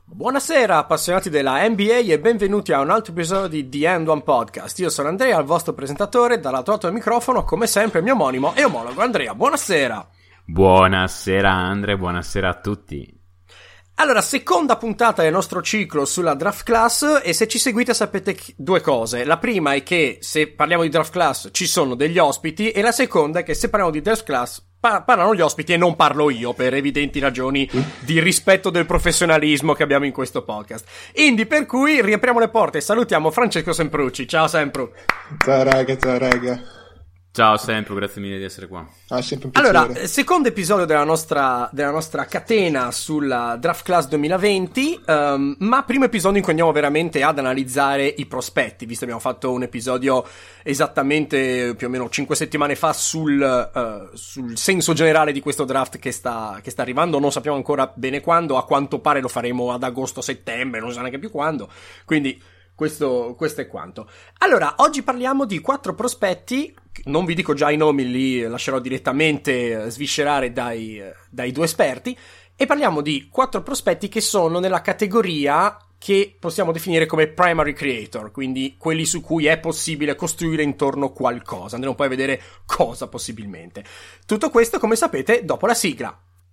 Buonasera appassionati della NBA e benvenuti a un altro episodio di The End One Podcast. Io sono Andrea, il vostro presentatore, dall'altro lato del microfono, come sempre il mio omonimo e omologo Andrea. Buonasera! Buonasera Andrea, buonasera a tutti. Allora, seconda puntata del nostro ciclo sulla draft class, e se ci seguite sapete due cose. La prima è che se parliamo di draft class ci sono degli ospiti, e la seconda è che se parliamo di draft class parlano gli ospiti e non parlo io, per evidenti ragioni di rispetto del professionalismo che abbiamo in questo podcast. Quindi, per cui riapriamo le porte e salutiamo Francesco Semprucci. Ciao Sempru. Ciao raga. Ciao Sempru, grazie mille di essere qua. Sempre un piacere. Allora, secondo episodio della nostra catena sulla draft class 2020, ma primo episodio in cui andiamo veramente ad analizzare i prospetti, visto che abbiamo fatto un episodio esattamente più o meno 5 settimane fa sul senso generale di questo draft che sta arrivando. Non sappiamo ancora bene quando, a quanto pare lo faremo ad agosto-settembre, non so neanche più quando, quindi questo è quanto. Allora, oggi parliamo di 4 prospetti, non vi dico già i nomi, li lascerò direttamente sviscerare dai due esperti, e parliamo di 4 prospetti che sono nella categoria che possiamo definire come primary creator, quindi quelli su cui è possibile costruire intorno qualcosa. Andremo poi a vedere cosa possibilmente. Tutto questo, come sapete, dopo la sigla.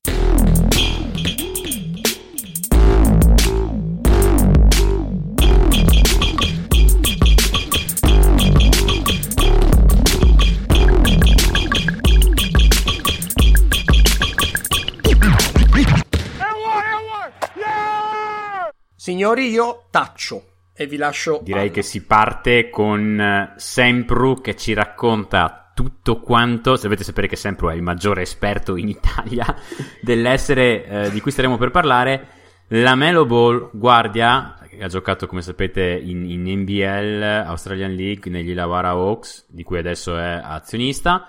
Signori, io taccio e vi lascio. Direi che si parte con Sempru che ci racconta tutto quanto. Dovete sapere che Sempru è il maggiore esperto in Italia dell'essere di cui staremo per parlare. LaMelo Ball, guardia, ha giocato come sapete in NBL, Australian League, negli Illawarra Hawks, di cui adesso è azionista.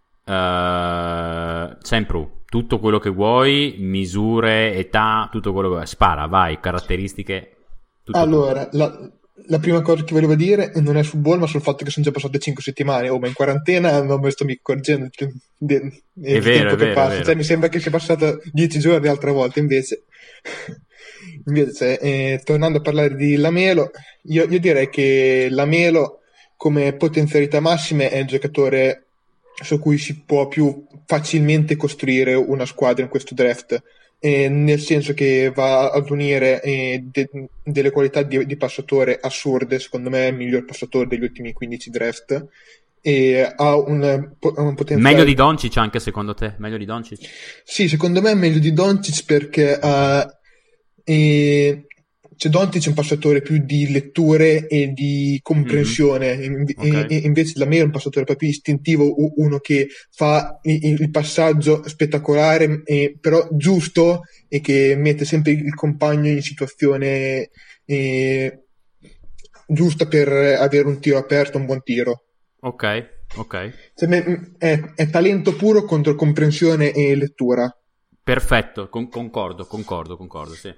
Sempru, tutto quello che vuoi, misure, età, tutto quello che vuoi. Spara, vai, caratteristiche. Allora, la prima cosa che volevo dire non è sul Ball, ma sul fatto che sono già passate 5 settimane. Ma in quarantena non me sto mi accorgendo è vero, che passa. È vero. Cioè, mi sembra che sia passato 10 giorni l'altra volta, invece tornando a parlare di LaMelo, io direi che LaMelo come potenzialità massime è il giocatore su cui si può più facilmente costruire una squadra in questo draft, nel senso che va ad unire delle qualità di passatore assurde. Secondo me è il miglior passatore degli ultimi 15 draft, e ha un potenziale. Meglio di Doncic anche secondo te? Meglio di Doncic? Sì, secondo me è meglio di Doncic perché Doncic è un passatore più di letture e di comprensione, Okay. invece LaMelo è un passatore proprio istintivo, uno che fa il passaggio spettacolare, però giusto, e che mette sempre il compagno in situazione giusta per avere un tiro aperto, un buon tiro. Ok. Cioè, è talento puro contro comprensione e lettura. Perfetto, concordo, sì.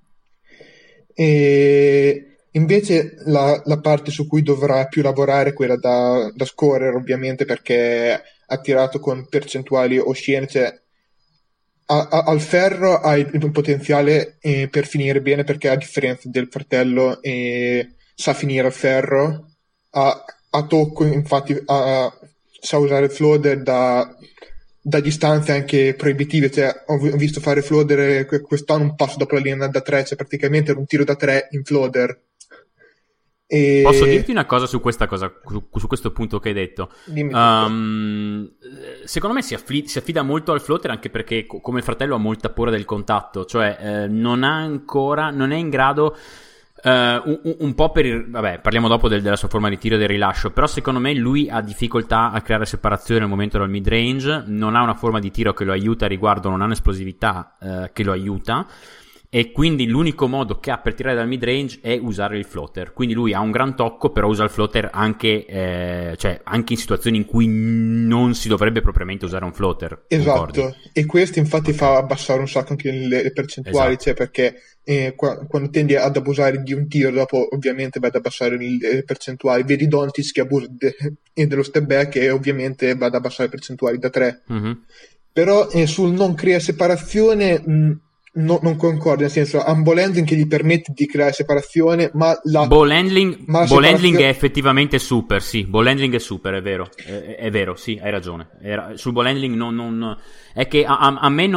E invece la parte su cui dovrà più lavorare è quella da scorer, ovviamente, perché ha tirato con percentuali oscene. Cioè, al ferro ha il potenziale per finire bene, perché a differenza del fratello sa finire al ferro, a tocco, infatti sa usare il floater da distanze anche proibitive. Cioè, ho visto fare floater quest'anno un passo dopo la linea da 3, cioè praticamente era un tiro da 3 in floater. Posso dirti una cosa su questa cosa, su questo punto che hai detto? Dimmi. Secondo me si affida molto al floater, anche perché come il fratello ha molta paura del contatto, cioè non è in grado. Un po' vabbè, parliamo dopo della sua forma di tiro e del rilascio, però secondo me lui ha difficoltà a creare separazione al momento del mid range, non ha una forma di tiro che lo aiuta a riguardo, non ha un'esplosività che lo aiuta, e quindi l'unico modo che ha per tirare dal mid range è usare il floater. Quindi lui ha un gran tocco, però usa il floater anche anche in situazioni in cui non si dovrebbe propriamente usare un floater. Esatto, concordi? e questo infatti fa abbassare un sacco anche le percentuali. Esatto. Cioè, perché quando tendi ad abusare di un tiro, dopo ovviamente vai ad abbassare le percentuali. Vedi Doncic che abusa dello step back, e ovviamente va ad abbassare le percentuali da 3. Mm-hmm. Però sul non crea separazione non concordo, nel senso, ha un ball handling che gli permette di creare separazione, ma ball handling è effettivamente super, sì, ball handling è super, è vero, sì, hai ragione. Sul ball handling non è che a me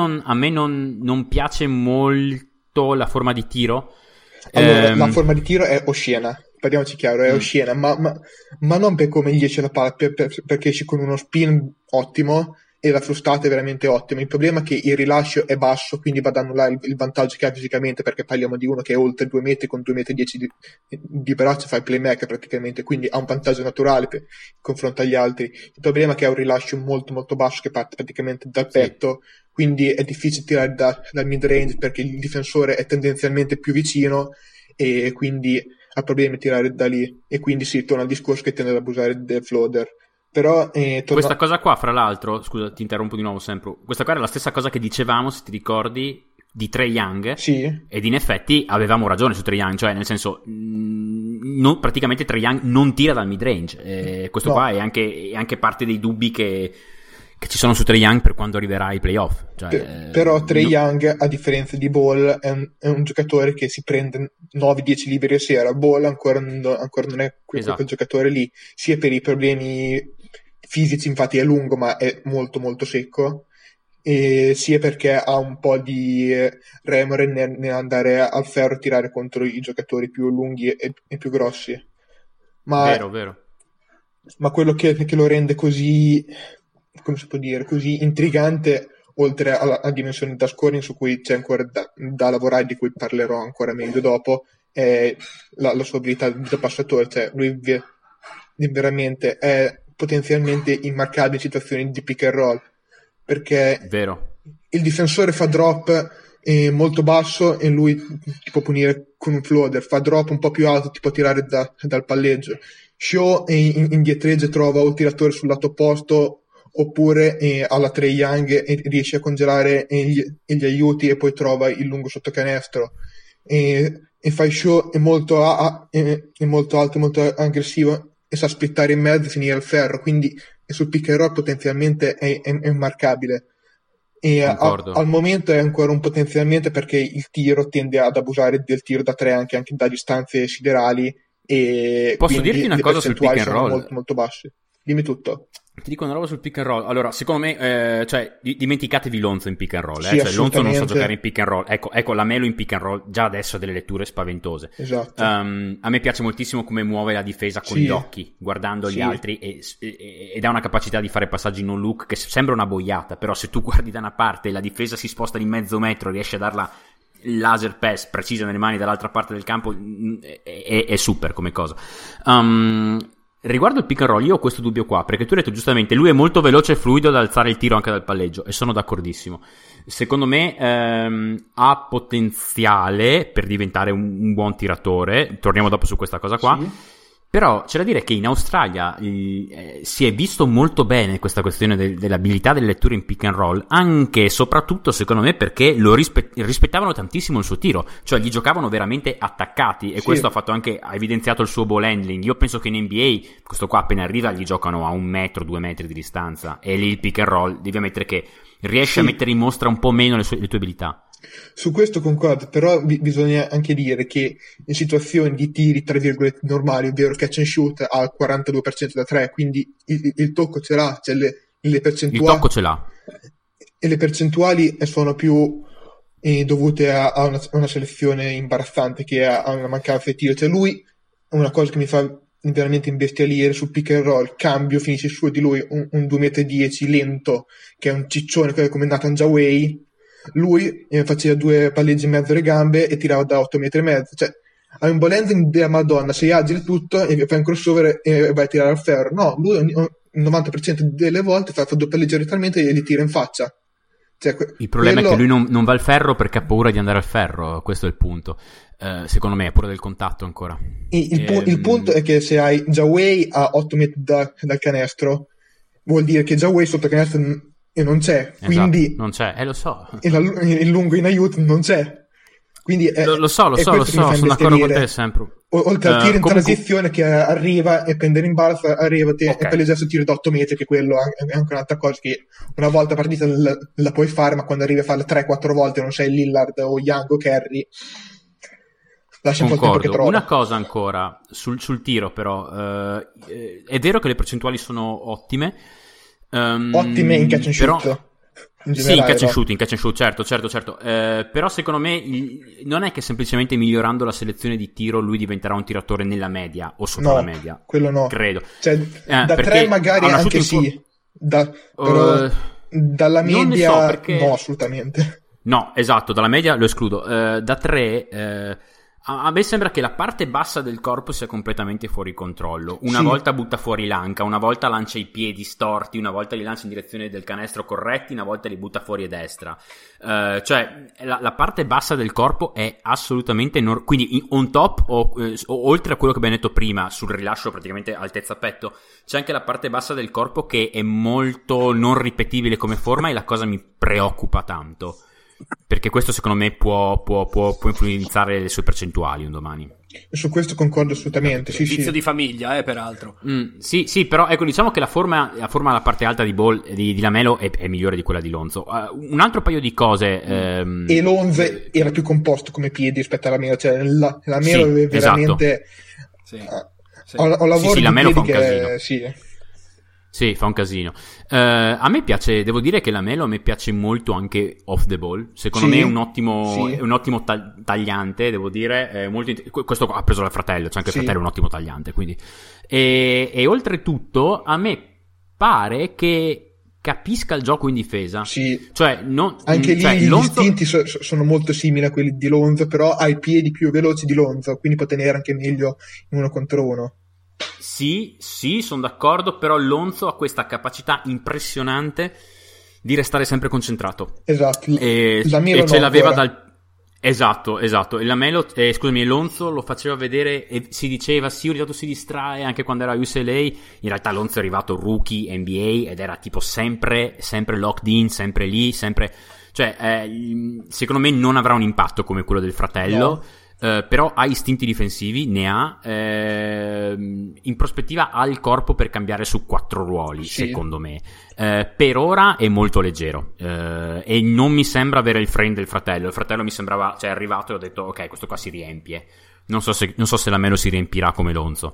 non piace molto la forma di tiro. Allora, la forma di tiro è oscena, parliamoci chiaro, è oscena, ma non per come gli esce la palla, perché esce con uno spin ottimo e la frustata è veramente ottima. Il problema è che il rilascio è basso, quindi va ad annullare il vantaggio che ha fisicamente, perché parliamo di uno che è oltre 2 metri con 2,10 m di braccia, fa il playmaker praticamente, quindi ha un vantaggio naturale in confronto agli altri. Il problema è che ha un rilascio molto molto basso che parte praticamente dal petto, quindi è difficile tirare dal mid range perché il difensore è tendenzialmente più vicino e quindi ha problemi a tirare da lì, e quindi si torna al discorso che tende ad abusare del floater. Però questa cosa qua, fra l'altro, scusa, ti interrompo di nuovo sempre. Questa qua era la stessa cosa che dicevamo, se ti ricordi, di Trae Young. Sì. Ed in effetti avevamo ragione su Trae Young, cioè nel senso praticamente Trae Young non tira dal mid range. Questo qua è anche parte dei dubbi che ci sono su Trae Young per quando arriverà ai playoff. Cioè, però Trae Young, a differenza di Ball, è un giocatore che si prende 9-10 liberi a sera. Ball ancora non è quel giocatore lì, sia per i problemi fisici, infatti è lungo ma è molto molto secco, e sia perché ha un po' di remore nell'andare al ferro e tirare contro i giocatori più lunghi e più grossi. Vero. Ma quello che lo rende così, come si può dire, così intrigante, oltre alla dimensione da scoring su cui c'è ancora da lavorare, di cui parlerò ancora meglio dopo, è la sua abilità da passatore. Cioè lui veramente è potenzialmente immarcabile in situazioni di pick and roll, perché il difensore fa drop molto basso e lui ti può punire con un floater, fa drop un po' più alto, ti può tirare dal palleggio. Shaw indietreggia e trova o il tiratore sul lato opposto oppure alla Trae Young e riesce a congelare gli aiuti e poi trova il lungo sotto canestro, e fai Shaw è molto alto, molto aggressivo e sa splittare in mezzo e finire al ferro, quindi sul pick and roll potenzialmente è immarcabile. E al momento è ancora un potenzialmente, perché il tiro tende ad abusare del tiro da tre anche da distanze siderali, e posso dirti una cosa sul pick and roll molto, molto basse. Dimmi tutto. Ti dico una roba sul pick and roll. Allora, secondo me, dimenticatevi Lonzo in pick and roll. Sì, cioè, Lonzo non sa giocare in pick and roll. Ecco, la Melo in pick and roll già adesso ha delle letture spaventose. Esatto. A me piace moltissimo come muove la difesa con gli occhi, guardando gli altri, ed ha una capacità di fare passaggi non look che sembra una boiata, però se tu guardi da una parte e la difesa si sposta di mezzo metro, riesce a darla laser pass precisa nelle mani dall'altra parte del campo, è super come cosa. Riguardo il pick and roll, io ho questo dubbio qua, perché tu hai detto giustamente, lui è molto veloce e fluido ad alzare il tiro anche dal palleggio, e sono d'accordissimo. Secondo me ha potenziale per diventare un buon tiratore, torniamo dopo su questa cosa qua. Sì. Però c'è da dire che in Australia si è visto molto bene questa questione dell'abilità delle letture in pick and roll, anche e soprattutto secondo me perché rispettavano tantissimo il suo tiro, cioè gli giocavano veramente attaccati, e questo ha evidenziato il suo ball handling. Io penso che in NBA questo qua appena arriva gli giocano a 1 metro, 2 metri di distanza, e lì il pick and roll devi ammettere che riesce a mettere in mostra un po' meno le tue abilità. Su questo concordo, però bisogna anche dire che in situazioni di tiri tra virgolette normali, ovvero catch and shoot al 42% da 3, quindi il tocco ce l'ha, cioè le percentuali, il tocco ce l'ha, e le percentuali sono più dovute a una selezione imbarazzante, che a una mancanza di tiro. Cioè lui, una cosa che mi fa veramente imbestialire sul pick and roll, cambio, finisce su di lui un 2,10 m lento, che è un ciccione come Nathan Jaway. Lui faceva 2 palleggi in mezzo alle gambe e tirava da 8,5 m. Cioè, hai un ball handling della Madonna, sei agile tutto, e fai un crossover e vai a tirare al ferro. No, lui il 90% delle volte fa 2 palleggi letteralmente e li tira in faccia. Cioè, il problema è che lui non va al ferro perché ha paura di andare al ferro, questo è il punto. Secondo me ha paura del contatto ancora. Il punto è che se hai Jaway a 8 metri dal canestro, vuol dire che Jaway sotto canestro e non c'è, quindi non c'è, lo so, e il lungo in aiuto non c'è, Quindi lo so, sono d'accordo con te sempre. Oltre al tiro in transizione che arriva e prende rimbalzo, arriva e poi l'esercito tiro da 8 metri, che quello è anche un'altra cosa che una volta partita la puoi fare, ma quando arrivi a farla 3-4 volte non sei Lillard o Young o Curry, lascia un po' il tempo che trova. Una cosa ancora sul tiro, però è vero che le percentuali sono ottime, ottime in catch and shoot, però... Sì, in catch and shoot, certo. Però secondo me non è che semplicemente migliorando la selezione di tiro lui diventerà un tiratore nella media o sopra la media. Quello no. Credo. Cioè, da 3 magari anche sì, però dalla media no, assolutamente. No, esatto, dalla media lo escludo. Da 3... a me sembra che la parte bassa del corpo sia completamente fuori controllo. Una volta butta fuori l'anca, una volta lancia i piedi storti, una volta li lancia in direzione del canestro corretti, una volta li butta fuori a destra. Cioè la parte bassa del corpo è assolutamente quindi on top o oltre a quello che abbiamo detto prima sul rilascio praticamente altezza petto, c'è anche la parte bassa del corpo che è molto non ripetibile come forma, e la cosa mi preoccupa tanto. Perché questo secondo me può influenzare le sue percentuali un domani. Su questo concordo assolutamente. Vizio di famiglia, peraltro. Sì, però ecco, diciamo che la forma alla parte alta di Ball di Lamelo è migliore di quella di Lonzo. Un altro paio di cose. E Lonzo era più composto come piedi rispetto a Lamelo. Cioè Lamelo è veramente. Esatto. Ho lavoro sì, di Lamelo fa un piedi casino. Sì. Sì, fa un casino. A me piace, devo dire che Lamelo a me piace molto anche off the ball. Secondo me è un ottimo tagliante, devo dire. Questo ha preso dal fratello, c'è anche il fratello è un ottimo tagliante, quindi. E oltretutto a me pare che capisca il gioco in difesa. Sì. Cioè, anche lì gli istinti sono molto simili a quelli di Lonzo, però ha i piedi più veloci di Lonzo, quindi può tenere anche meglio in 1 contro 1. Sì, sono d'accordo, però Lonzo ha questa capacità impressionante di restare sempre concentrato. Esatto. E ce l'aveva Esatto. E Lamelo, Lonzo lo faceva vedere e si diceva sì, ogni tanto si distrae anche quando era a UCLA. In realtà Lonzo è arrivato rookie NBA ed era tipo sempre locked in, sempre lì, sempre. Cioè, secondo me non avrà un impatto come quello del fratello. No. Però ha istinti difensivi, ne ha, in prospettiva ha il corpo per cambiare su 4 ruoli, secondo me. Per ora è molto leggero, e non mi sembra avere il frame del fratello. Il fratello mi sembrava, cioè è arrivato e ho detto ok, questo qua si riempie. Non so se Lamelo si riempirà come Lonzo.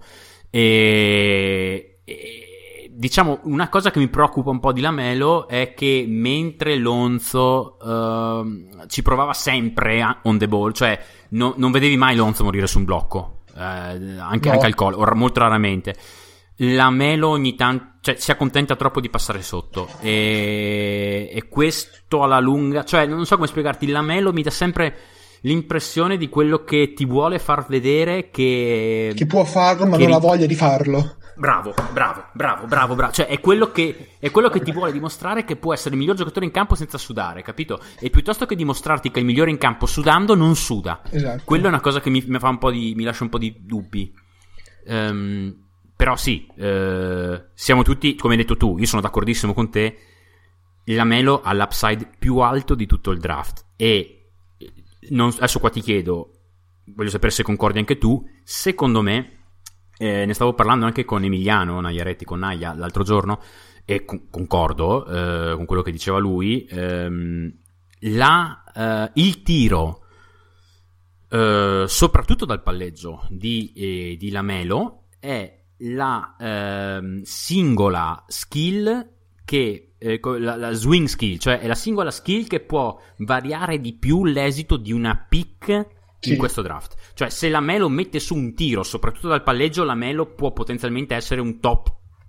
Diciamo, una cosa che mi preoccupa un po' di Lamelo è che mentre Lonzo ci provava sempre on the ball, cioè non vedevi mai Lonzo morire su un blocco, anche al collo, molto raramente. Lamelo ogni tanto, cioè, si accontenta troppo di passare sotto, e questo alla lunga, cioè non so come spiegarti, Lamelo mi dà sempre l'impressione di quello che ti vuole far vedere che può farlo ma non ha voglia di farlo. Bravo. Cioè è quello che ti vuole dimostrare che può essere il miglior giocatore in campo senza sudare, capito? E piuttosto che dimostrarti che è il migliore in campo sudando, non suda. Esatto. Quello è una cosa che mi fa un po' mi lascia un po' di dubbi. Però sì, siamo tutti, come hai detto tu, io sono d'accordissimo con te. Lamelo ha l'upside più alto di tutto il draft. E adesso qua ti chiedo, voglio sapere se concordi anche tu. Secondo me, ne stavo parlando anche con Emiliano Naiaretti, con Naia, l'altro giorno, e concordo con quello che diceva lui. Il tiro, soprattutto dal palleggio di Lamelo, è la singola skill che la swing skill, cioè è la singola skill che può variare di più l'esito di una pick in questo draft. Cioè, se Lamelo mette su un tiro, soprattutto dal palleggio, Lamelo può potenzialmente essere un top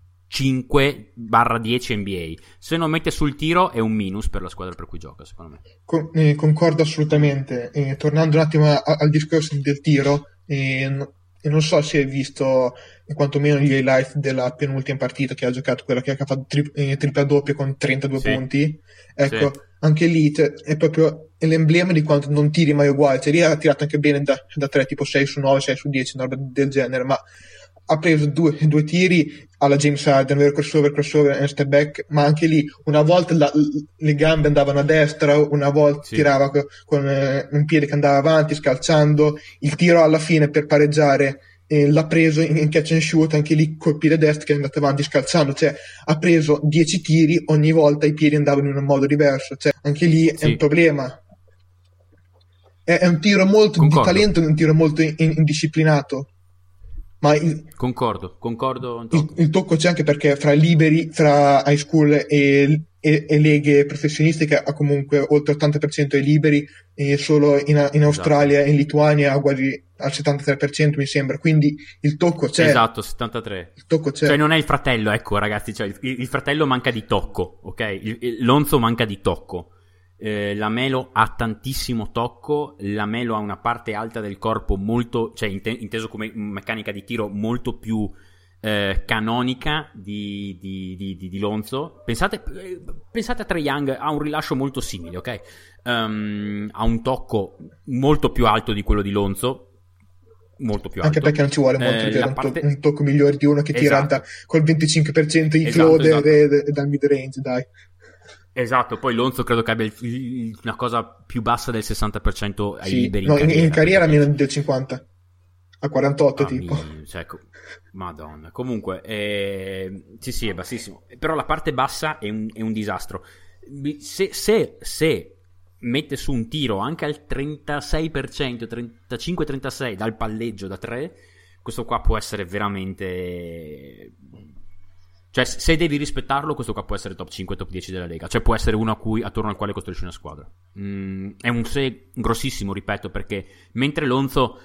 5/10 NBA. Se non mette sul tiro è un minus per la squadra per cui gioca, secondo me. Concordo assolutamente. Tornando un attimo al discorso del tiro, non so se hai visto quantomeno gli highlights della penultima partita che ha giocato, quella che ha fatto tripla doppia con 32 punti. Ecco, anche lì è proprio l'emblema di quanto non tiri mai uguale. Cioè, lì ha tirato anche bene da 3, tipo 6 su 9, 6 su 10, una roba del genere, ma ha preso due tiri alla James Harden, vero, crossover e step back, ma anche lì una volta le gambe andavano a destra, una volta tirava con un piede che andava avanti scalciando, il tiro alla fine per pareggiare l'ha preso in catch and shoot, anche lì col piede destro che è andato avanti scalciando, cioè ha preso 10 tiri, ogni volta i piedi andavano in un modo diverso, cioè anche lì è un problema. È un tiro molto di talento, un tiro molto indisciplinato. Ma concordo. Il tocco c'è anche perché fra liberi, fra high school e leghe professionistiche ha comunque oltre l'80% ai liberi, e solo in Australia e in Lituania ha quasi al 73% mi sembra, quindi il tocco c'è. Esatto, 73. Il tocco c'è. Cioè non è il fratello, ecco ragazzi, cioè il fratello manca di tocco, ok? Lonzo manca di tocco. La Melo ha tantissimo tocco, la Melo ha una parte alta del corpo molto, cioè inteso come meccanica di tiro molto più canonica di Lonzo. Pensate a Trae Young, ha un rilascio molto simile, ok? Ha un tocco molto più alto di quello di Lonzo, molto più alto. Anche perché non ci vuole molto per un tocco migliore di uno che tira col 25% di floater dal mid range, dai. Esatto, poi Lonzo credo che abbia una cosa più bassa del 60% ai liberi in carriera meno del 50%, a 48 tipo. Cioè, Madonna, comunque sì, è bassissimo, però la parte bassa è un disastro. Se mette su un tiro anche al 36%, 35-36 dal palleggio da 3, questo qua può essere veramente... Cioè, se devi rispettarlo, questo qua può essere top 5, top 10 della Lega. Cioè, può essere uno attorno al quale costruisci una squadra. È un se grossissimo, ripeto, perché mentre Lonzo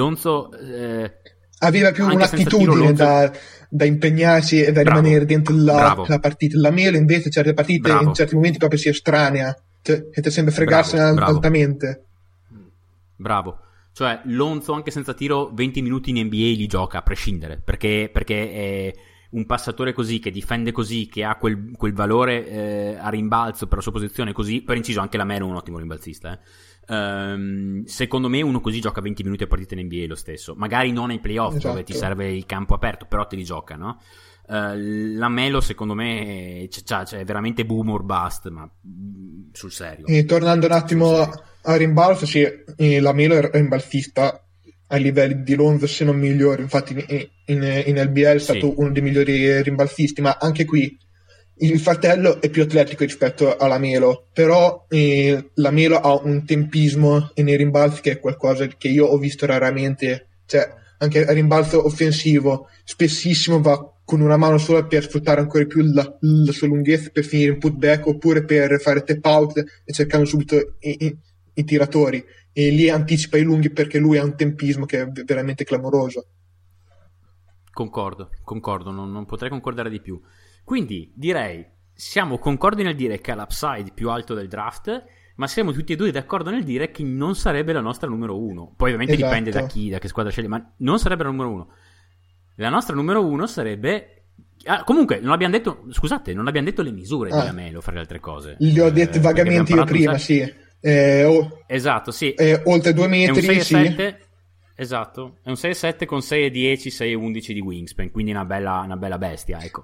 aveva più un'attitudine da impegnarsi e da rimanere dentro la partita. La Melo, invece, certe partite, in certi momenti proprio si estranea. Cioè, ti sembra fregarsene altamente. Bravo. Cioè, Lonzo, anche senza tiro, 20 minuti in NBA li gioca, a prescindere. Perché è... un passatore così, che difende così, che ha quel valore a rimbalzo per la sua posizione così, per inciso anche la Melo è un ottimo rimbalzista, secondo me uno così gioca 20 minuti a partita in NBA lo stesso, magari non ai playoff dove ti serve il campo aperto, però te li gioca, no? La Melo secondo me è veramente boom or bust, ma sul serio. E tornando un attimo a rimbalzo, sì, la Melo è rimbalzista ai livelli di Lonzo, se non migliore, infatti in NBL è stato uno dei migliori rimbalzisti, ma anche qui il fratello è più atletico rispetto alla Melo, però la Melo ha un tempismo nei rimbalzi che è qualcosa che io ho visto raramente, cioè anche a rimbalzo offensivo spessissimo va con una mano sola per sfruttare ancora più la sua lunghezza per finire in putback oppure per fare tap out e cercando subito i tiratori, e lì anticipa i lunghi perché lui ha un tempismo che è veramente clamoroso. Concordo, non potrei concordare di più. Quindi direi, siamo concordi nel dire che ha l'upside più alto del draft, ma siamo tutti e due d'accordo nel dire che non sarebbe la nostra numero 1. Poi ovviamente dipende da che squadra sceglie, ma non sarebbe la numero 1. La nostra numero 1 sarebbe... comunque, non abbiamo detto le misure di Lamelo, fra le altre cose. Li ho detto vagamente io prima, sì. Esatto, sì. Oltre 2 metri, è un 6,7, sì. Esatto, è un 6,7 con 6,10, 6,11 di wingspan, quindi una bella bestia, ecco.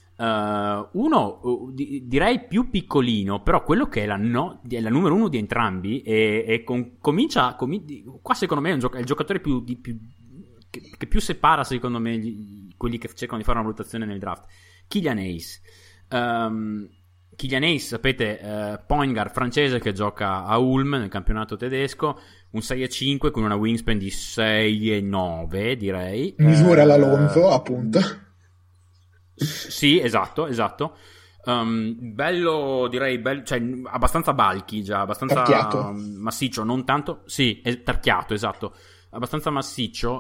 Uno direi più piccolino, però quello che è la numero 1 di entrambi e comincia qua secondo me è il giocatore che più separa secondo me quelli che cercano di fare una valutazione nel draft. Killian Hayes, sapete, point guard francese che gioca a Ulm nel campionato tedesco, un 6,5 con una wingspan di 6,9 direi. Misura la Lonzo, appunto. Sì, esatto. Bello, direi, cioè abbastanza bulky, già abbastanza tarchiato. Massiccio, non tanto. Sì, è tarchiato, esatto. Abbastanza massiccio.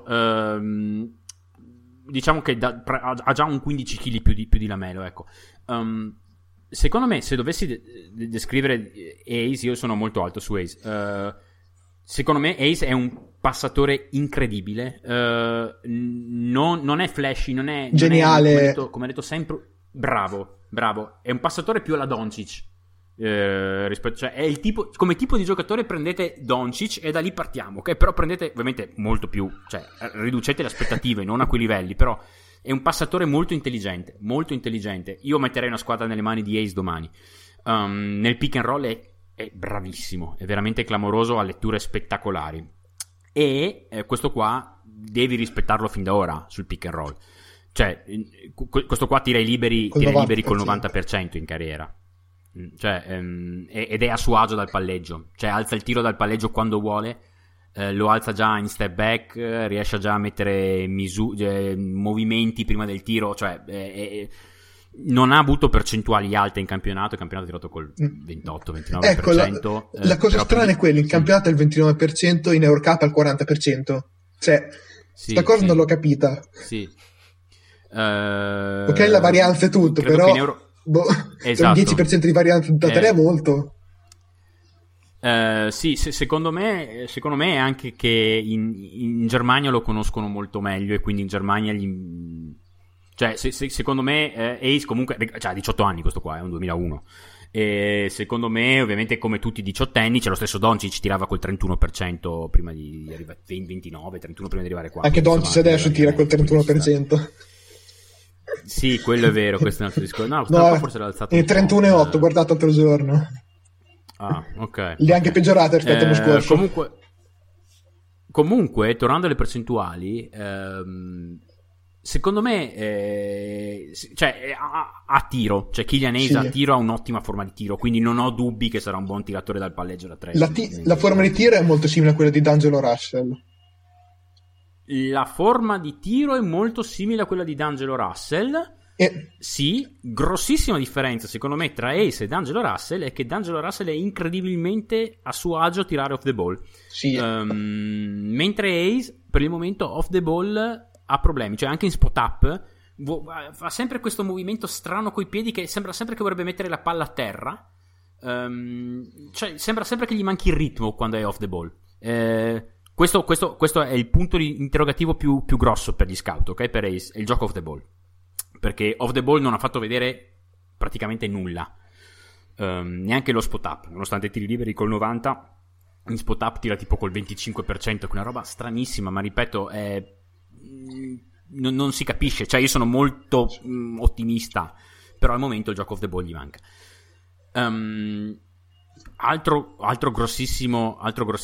Diciamo che ha già un 15 kg più di Lamelo, ecco. Secondo me, se dovessi descrivere Hayes, io sono molto alto su Hayes. Secondo me Hayes è un passatore incredibile. Non è flashy, non è geniale. Come ha detto sempre, bravo. È un passatore più alla Doncic. Cioè è il tipo, come tipo di giocatore prendete Doncic e da lì partiamo, ok? Però prendete ovviamente molto più, cioè riducete le aspettative, non a quei livelli, però è un passatore molto intelligente, molto intelligente. Io metterei una squadra nelle mani di Ace domani. Nel pick and roll è bravissimo, è veramente clamoroso, ha letture spettacolari, e questo qua devi rispettarlo fin da ora sul pick and roll. Cioè questo qua tira i liberi col 90% in carriera. Cioè, ed è a suo agio dal palleggio, cioè alza il tiro dal palleggio quando vuole, lo alza già in step back, riesce già a mettere movimenti prima del tiro, cioè non ha avuto percentuali alte in campionato. Il campionato ha tirato col 28-29%. Ecco, la cosa strana è quella, in campionato è il 29%, in Eurocup al 40%, cioè sta cosa non l'ho capita. Sì. Ok, la varianza è tutto, però esatto. Un 10% di varianza da 3 è molto. Sì, secondo me è anche che in Germania lo conoscono molto meglio, e quindi in Germania cioè secondo me Ace comunque, cioè, ha 18 anni questo qua, è un 2001, e secondo me ovviamente come tutti i 18enni, c'è lo stesso Doncic tirava col 31% prima di arrivare 29, 31 prima di arrivare qua. Anche Doncic adesso tira col 31%. Sì, quello è vero, questo è un altro discorso. No, forse l'ha alzato 31,8, guardato l'altro giorno. Ah, ok. Li ha anche peggiorato rispetto all'anno scorso. Comunque, tornando alle percentuali, secondo me cioè a tiro, cioè Killian Hayes a tiro ha un'ottima forma di tiro, quindi non ho dubbi che sarà un buon tiratore dal palleggio da 3. La forma di tiro è molto simile a quella di D'Angelo Russell. La forma di tiro è molto simile a quella di D'Angelo Russell. Sì, grossissima differenza secondo me tra Ace e D'Angelo Russell è che D'Angelo Russell è incredibilmente a suo agio a tirare off the ball. Sì. Mentre Ace per il momento off the ball ha problemi, cioè anche in spot up fa sempre questo movimento strano coi piedi che sembra sempre che vorrebbe mettere la palla a terra. Cioè sembra sempre che gli manchi il ritmo quando è off the ball. Questo è il punto di interrogativo più grosso per gli scout, ok? Per Ace è il gioco off the ball, perché off the ball non ha fatto vedere praticamente nulla, neanche lo spot up, nonostante tiri liberi col 90, in spot up tira tipo col 25%, che è una roba stranissima, ma ripeto non si capisce, cioè io sono molto ottimista, però al momento il gioco off the ball gli manca. Altro grossissimo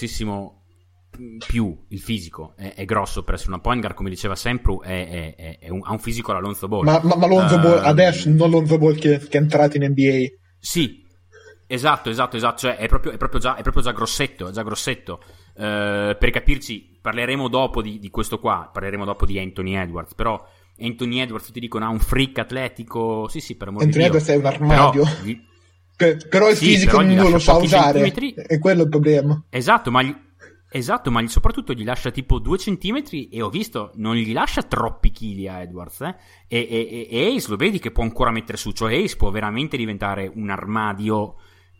più il fisico è grosso per essere una point guard, come diceva sempre, ha un fisico alla Lonzo Ball. Ma Lonzo Ball adesso, non Lonzo Ball che è entrato in NBA. Sì, esatto, cioè è proprio già grossetto, per capirci, parleremo dopo di questo qua, parleremo dopo di Anthony Edwards, però Anthony Edwards ti dicono ha un freak atletico, sì, per amore di Dio. Anthony Edwards è un armadio. Però il fisico non lo sa usare, è quello il problema. Esatto, ma soprattutto gli lascia tipo 2 centimetri, e ho visto, non gli lascia troppi chili a Edwards, e Ace lo vedi che può ancora mettere su, cioè Ace può veramente diventare un armadio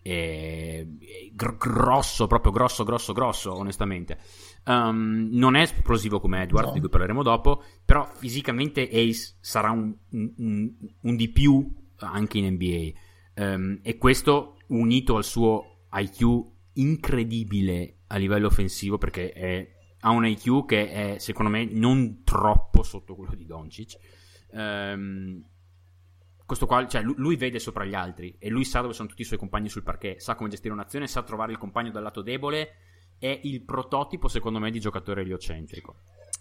grosso, proprio grosso, onestamente. Non è esplosivo come Edwards, di cui parleremo dopo, però fisicamente Ace sarà un di più anche in NBA, e questo unito al suo IQ incredibile a livello offensivo, perché ha un IQ che è secondo me non troppo sotto quello di Doncic. Questo qua, cioè lui vede sopra gli altri e lui sa dove sono tutti i suoi compagni sul parquet, sa come gestire un'azione, sa trovare il compagno dal lato debole, è il prototipo secondo me di giocatore eliocentrico.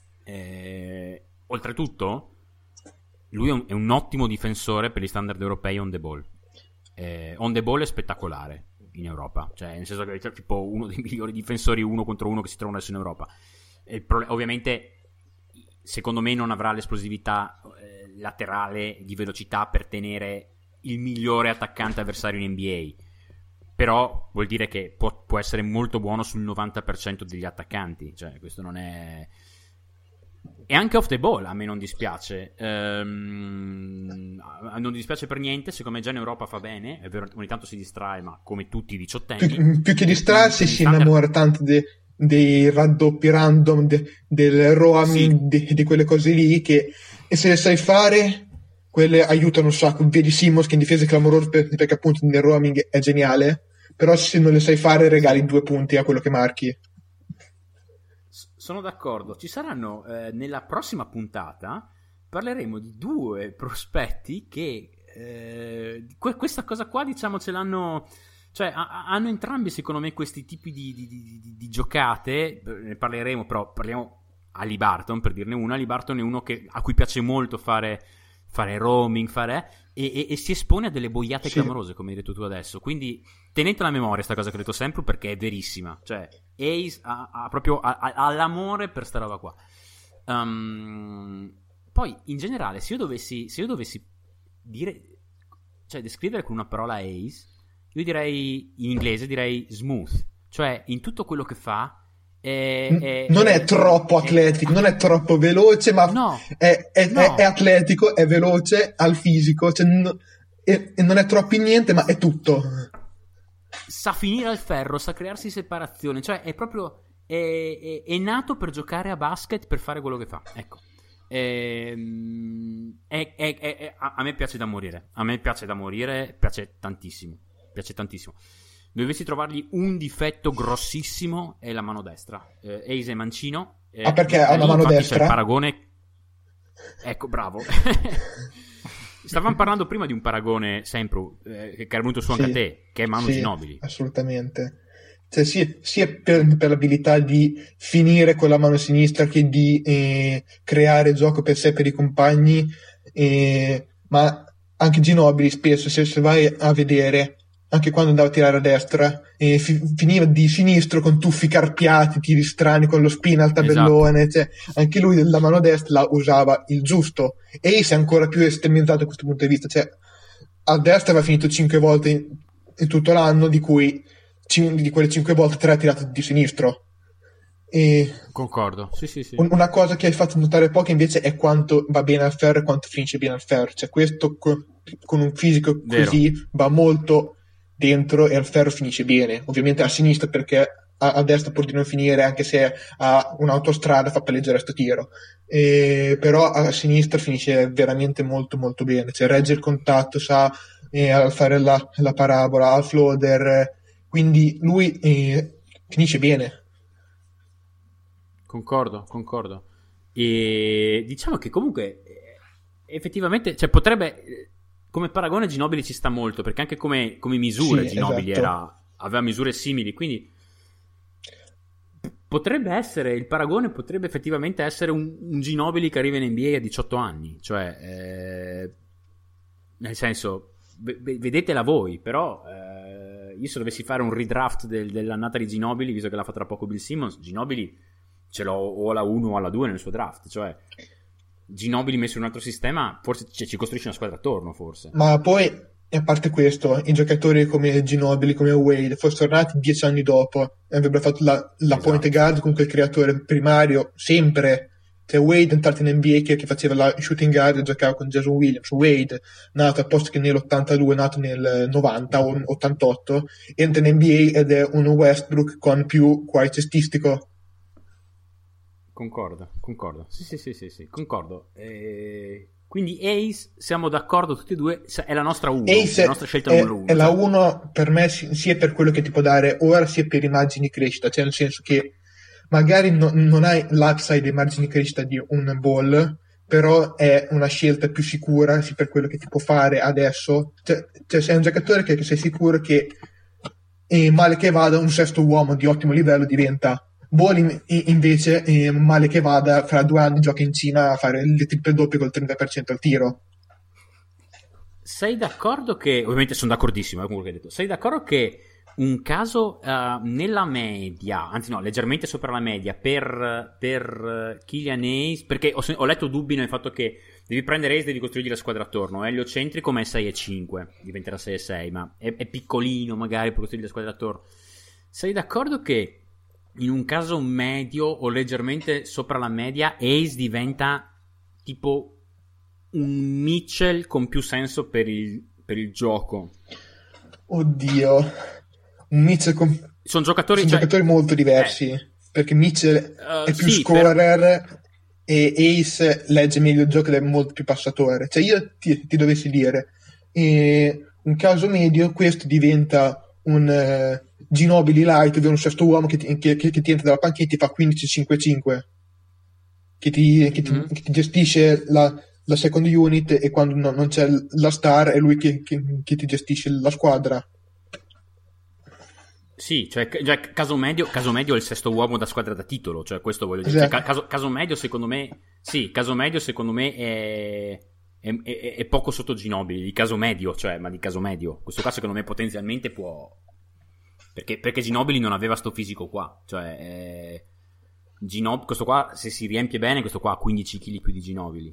Oltretutto lui è un ottimo difensore per gli standard europei on the ball. On the ball è spettacolare in Europa, cioè nel senso che è tipo uno dei migliori difensori 1 contro 1 che si trovano adesso in Europa. Ovviamente secondo me non avrà l'esplosività laterale di velocità per tenere il migliore attaccante avversario in NBA, però vuol dire che può essere molto buono sul 90% degli attaccanti, cioè questo non è... E anche off the ball a me non dispiace, non dispiace per niente, secondo me già in Europa fa bene, è vero, ogni tanto si distrae, ma come tutti i 18enni più che distrarsi si innamora tanto dei raddoppi random, del roaming, di quelle cose lì, che e se le sai fare quelle aiutano un sacco. Vedi Simmons che in difesa è clamoroso perché appunto nel roaming è geniale, però se non le sai fare regali 2 punti a quello che marchi. Sono d'accordo. Ci saranno nella prossima puntata parleremo di 2 prospetti che questa cosa qua, diciamo, ce l'hanno, cioè hanno entrambi secondo me questi tipi di giocate. Ne parleremo, però parliamo Haliburton, per dirne una. Haliburton è uno a cui piace molto fare roaming, e si espone a delle boiate clamorose, come hai detto tu adesso. Quindi tenetela a memoria sta cosa che ho detto sempre, perché è verissima. Cioè Ace ha proprio l'amore per sta roba qua. Poi in generale, se io dovessi dire, cioè descrivere con una parola Ace, io direi, in inglese direi smooth. Cioè in tutto quello che fa non è troppo atletico, non è troppo veloce, ma è atletico, è veloce, ha il fisico, cioè, e non è troppo in niente, ma è tutto. Sa finire al ferro, sa crearsi separazione, cioè è proprio è nato per giocare a basket, per fare quello che fa. Ecco. A me piace da morire, piace tantissimo. Dovessi trovargli un difetto grossissimo, è la mano destra. Ace è mancino. Perché ha una mano destra? C'è il paragone. Ecco, bravo. Stavamo parlando prima di un paragone sempre che era venuto su anche a te, che è Manu Ginobili. Assolutamente. Cioè, sia per l'abilità di finire con la mano sinistra che di creare gioco per sé e per i compagni, ma anche Ginobili spesso, se vai a vedere, anche quando andava a tirare a destra, finiva di sinistro con tuffi carpiati, tiri strani con lo spin al tabellone. Esatto. Cioè, anche lui la mano destra la usava il giusto, e Ace è ancora più estremizzato da questo punto di vista. Cioè, a destra aveva finito 5 volte in tutto l'anno, di quelle 5 volte 3 ha tirato di sinistro. Concordo, sì. Una cosa che hai fatto notare poco invece è quanto va bene al ferro e quanto finisce bene al ferro. Cioè, questo con un fisico così va molto dentro, e al ferro finisce bene. Ovviamente a sinistra, perché a destra pur di non finire, anche se ha un'autostrada, fa palleggiare sto tiro. Però a sinistra finisce veramente molto molto bene. Cioè, regge il contatto, sa fare la parabola, al floater, quindi lui finisce bene. Concordo. E diciamo che comunque effettivamente, cioè, potrebbe, come paragone Ginobili ci sta molto, perché anche come misure Ginobili aveva misure simili, quindi potrebbe essere, il paragone potrebbe effettivamente essere un Ginobili che arriva in NBA a 18 anni, cioè nel senso, vedetela voi, però io se dovessi fare un redraft dell'annata di Ginobili, visto che l'ha fatto tra poco Bill Simmons, Ginobili ce l'ho o alla 1 o alla 2 nel suo draft, cioè Ginobili messo in un altro sistema forse ci costruisce una squadra attorno, forse. Ma poi, a parte questo, i giocatori come Ginobili, come Wade, fossero tornati 10 anni dopo e avrebbero fatto la point guard con quel creatore primario sempre. Cioè, Wade è entrato in NBA che faceva la shooting guard e giocava con Jason Williams. Wade, nato al posto che nell'82, nato nel 90 o 88, entra in NBA ed è un Westbrook con più cuore cestistico. Concordo. Sì, concordo. Quindi Ace, siamo d'accordo tutti e due, è la nostra 1, Ace la nostra scelta numero 1. È la 1 per me, sia per quello che ti può dare ora, sia per i margini di crescita. Cioè, nel senso che magari non hai l'upside dei margini di crescita di un Ball, però è una scelta più sicura, sia per quello che ti può fare adesso. Cioè sei un giocatore che sei sicuro che male che vada un sesto uomo di ottimo livello diventa. Ball invece, male che vada, fra 2 anni gioca in Cina a fare le triple doppie col 30% al tiro. Sei d'accordo che, ovviamente sono d'accordissimo con quello che hai detto, sei d'accordo che un caso nella media, anzi no, leggermente sopra la media per Killian Hayes, perché ho letto dubbi nel fatto che devi prendere Hayes, devi costruirgli la squadra attorno, eliocentrico ma è 6-5, diventerà 6-6, ma è piccolino magari per costruirgli la squadra attorno. Sei d'accordo che in un caso medio o leggermente sopra la media Hayes diventa tipo un Mitchell con più senso per il gioco? Oddio, un Mitchell sono giocatori molto diversi, perché Mitchell è più scorer e Ace legge meglio il gioco ed è molto più passatore. Cioè io ti dovessi dire, un caso medio, questo diventa un Ginobili light, ovvero un sesto uomo che ti entra dalla panchina e ti fa 15-5-5, che ti gestisce la second unit, e quando non c'è la star è lui che ti gestisce la squadra. Sì, cioè caso medio è il sesto uomo da squadra da titolo, cioè questo voglio dire. Esatto. Cioè, caso medio secondo me è poco sotto Ginobili, di caso medio, cioè, ma di caso medio. Questo qua secondo me potenzialmente può, perché Ginobili non aveva sto fisico qua, cioè questo qua, se si riempie bene, questo qua ha 15 kg più di Ginobili.